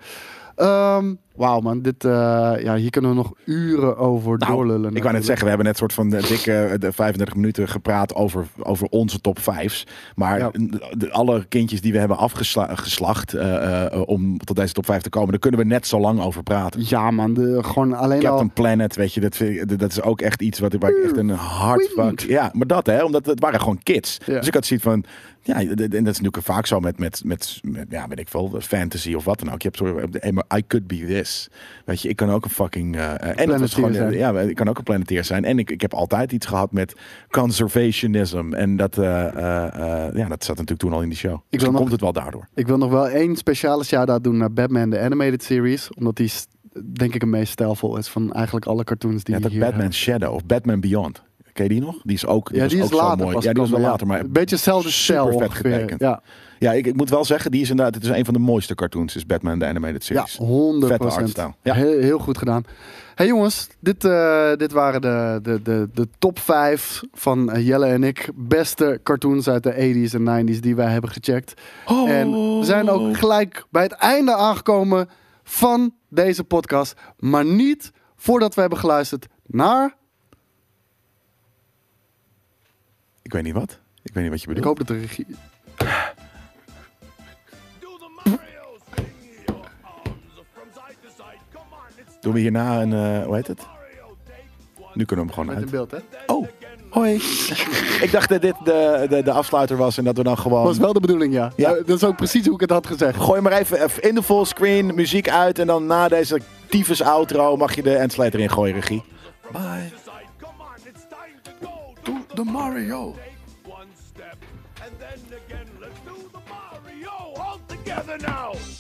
Um, Wauw man, dit, uh, ja, hier kunnen we nog uren over Nou, doorlullen. Ik wou net natuurlijk. zeggen, we hebben net soort van de dikke de vijfendertig minuten gepraat over, over onze top vijfs. Maar Ja. de, alle kindjes die we hebben afgeslacht uh, uh, om tot deze top vijf te komen, daar kunnen we net zo lang over praten. Ja man, de, gewoon alleen Captain al... Planet, weet je, dat, vind ik- dat is ook echt iets wat waar ik echt een hard Wink. fuck... Ja, maar dat hè, omdat het waren gewoon kids. Ja. Dus ik had zoiets van... Ja, en dat is natuurlijk vaak zo met, met, met, met ja, weet ik veel, fantasy of wat dan ook. Je hebt zo, hey, maar I could be this. Weet je, ik kan ook een fucking... Uh, en het was gewoon, zijn. ja, ik kan ook een planeteer zijn. En ik, ik heb altijd iets gehad met conservationism. En dat, uh, uh, uh, ja, dat zat natuurlijk toen al in die show. Dus wil dan nog- komt het wel daardoor. Ik wil nog wel één speciale shout-out doen naar Batman, de animated series. Omdat die, s- denk ik, het meest stijlvol is van eigenlijk alle cartoons die Ja, dat hier Batman hebben. Shadow of Batman Beyond. Ken je die nog? Die is ook, Ja, die was is ook zo later mooi. pas Ja, die was wel gekomen, later, maar Een beetje hetzelfde stijl super vet ongeveer. getekend. Ja, Ja, ik, ik moet wel zeggen, die is inderdaad, het is een van de mooiste cartoons, is Batman de Animated ja, Series. honderd Vette procent. artstyle. Ja. Heel, heel goed gedaan. Hey jongens, dit, eh, dit waren de, de, de, de top vijf van eh, Jelle en ik. Beste cartoons uit de tachtiger en negentiger die wij hebben gecheckt. Oh. En we zijn ook gelijk bij het einde aangekomen van deze podcast. Maar niet voordat we hebben geluisterd naar... Ik weet niet wat. Ik weet niet wat je Ik bedoelt. hoop dat de regie... Doen we hierna een, uh, hoe heet het? Nu kunnen we hem gewoon Met in uit. beeld, hè? Oh, hoi. Ik dacht dat dit de, de, de afsluiter was en dat we dan gewoon... Dat was wel de bedoeling, ja. Ja. Ja, dat is ook precies hoe ik het had gezegd. Gooi maar even even in de fullscreen, muziek uit en dan na deze tyfus outro mag je de endslate erin gooien, regie. Bye. Doe de Mario. One step, and then again, let's do the Mario all together now.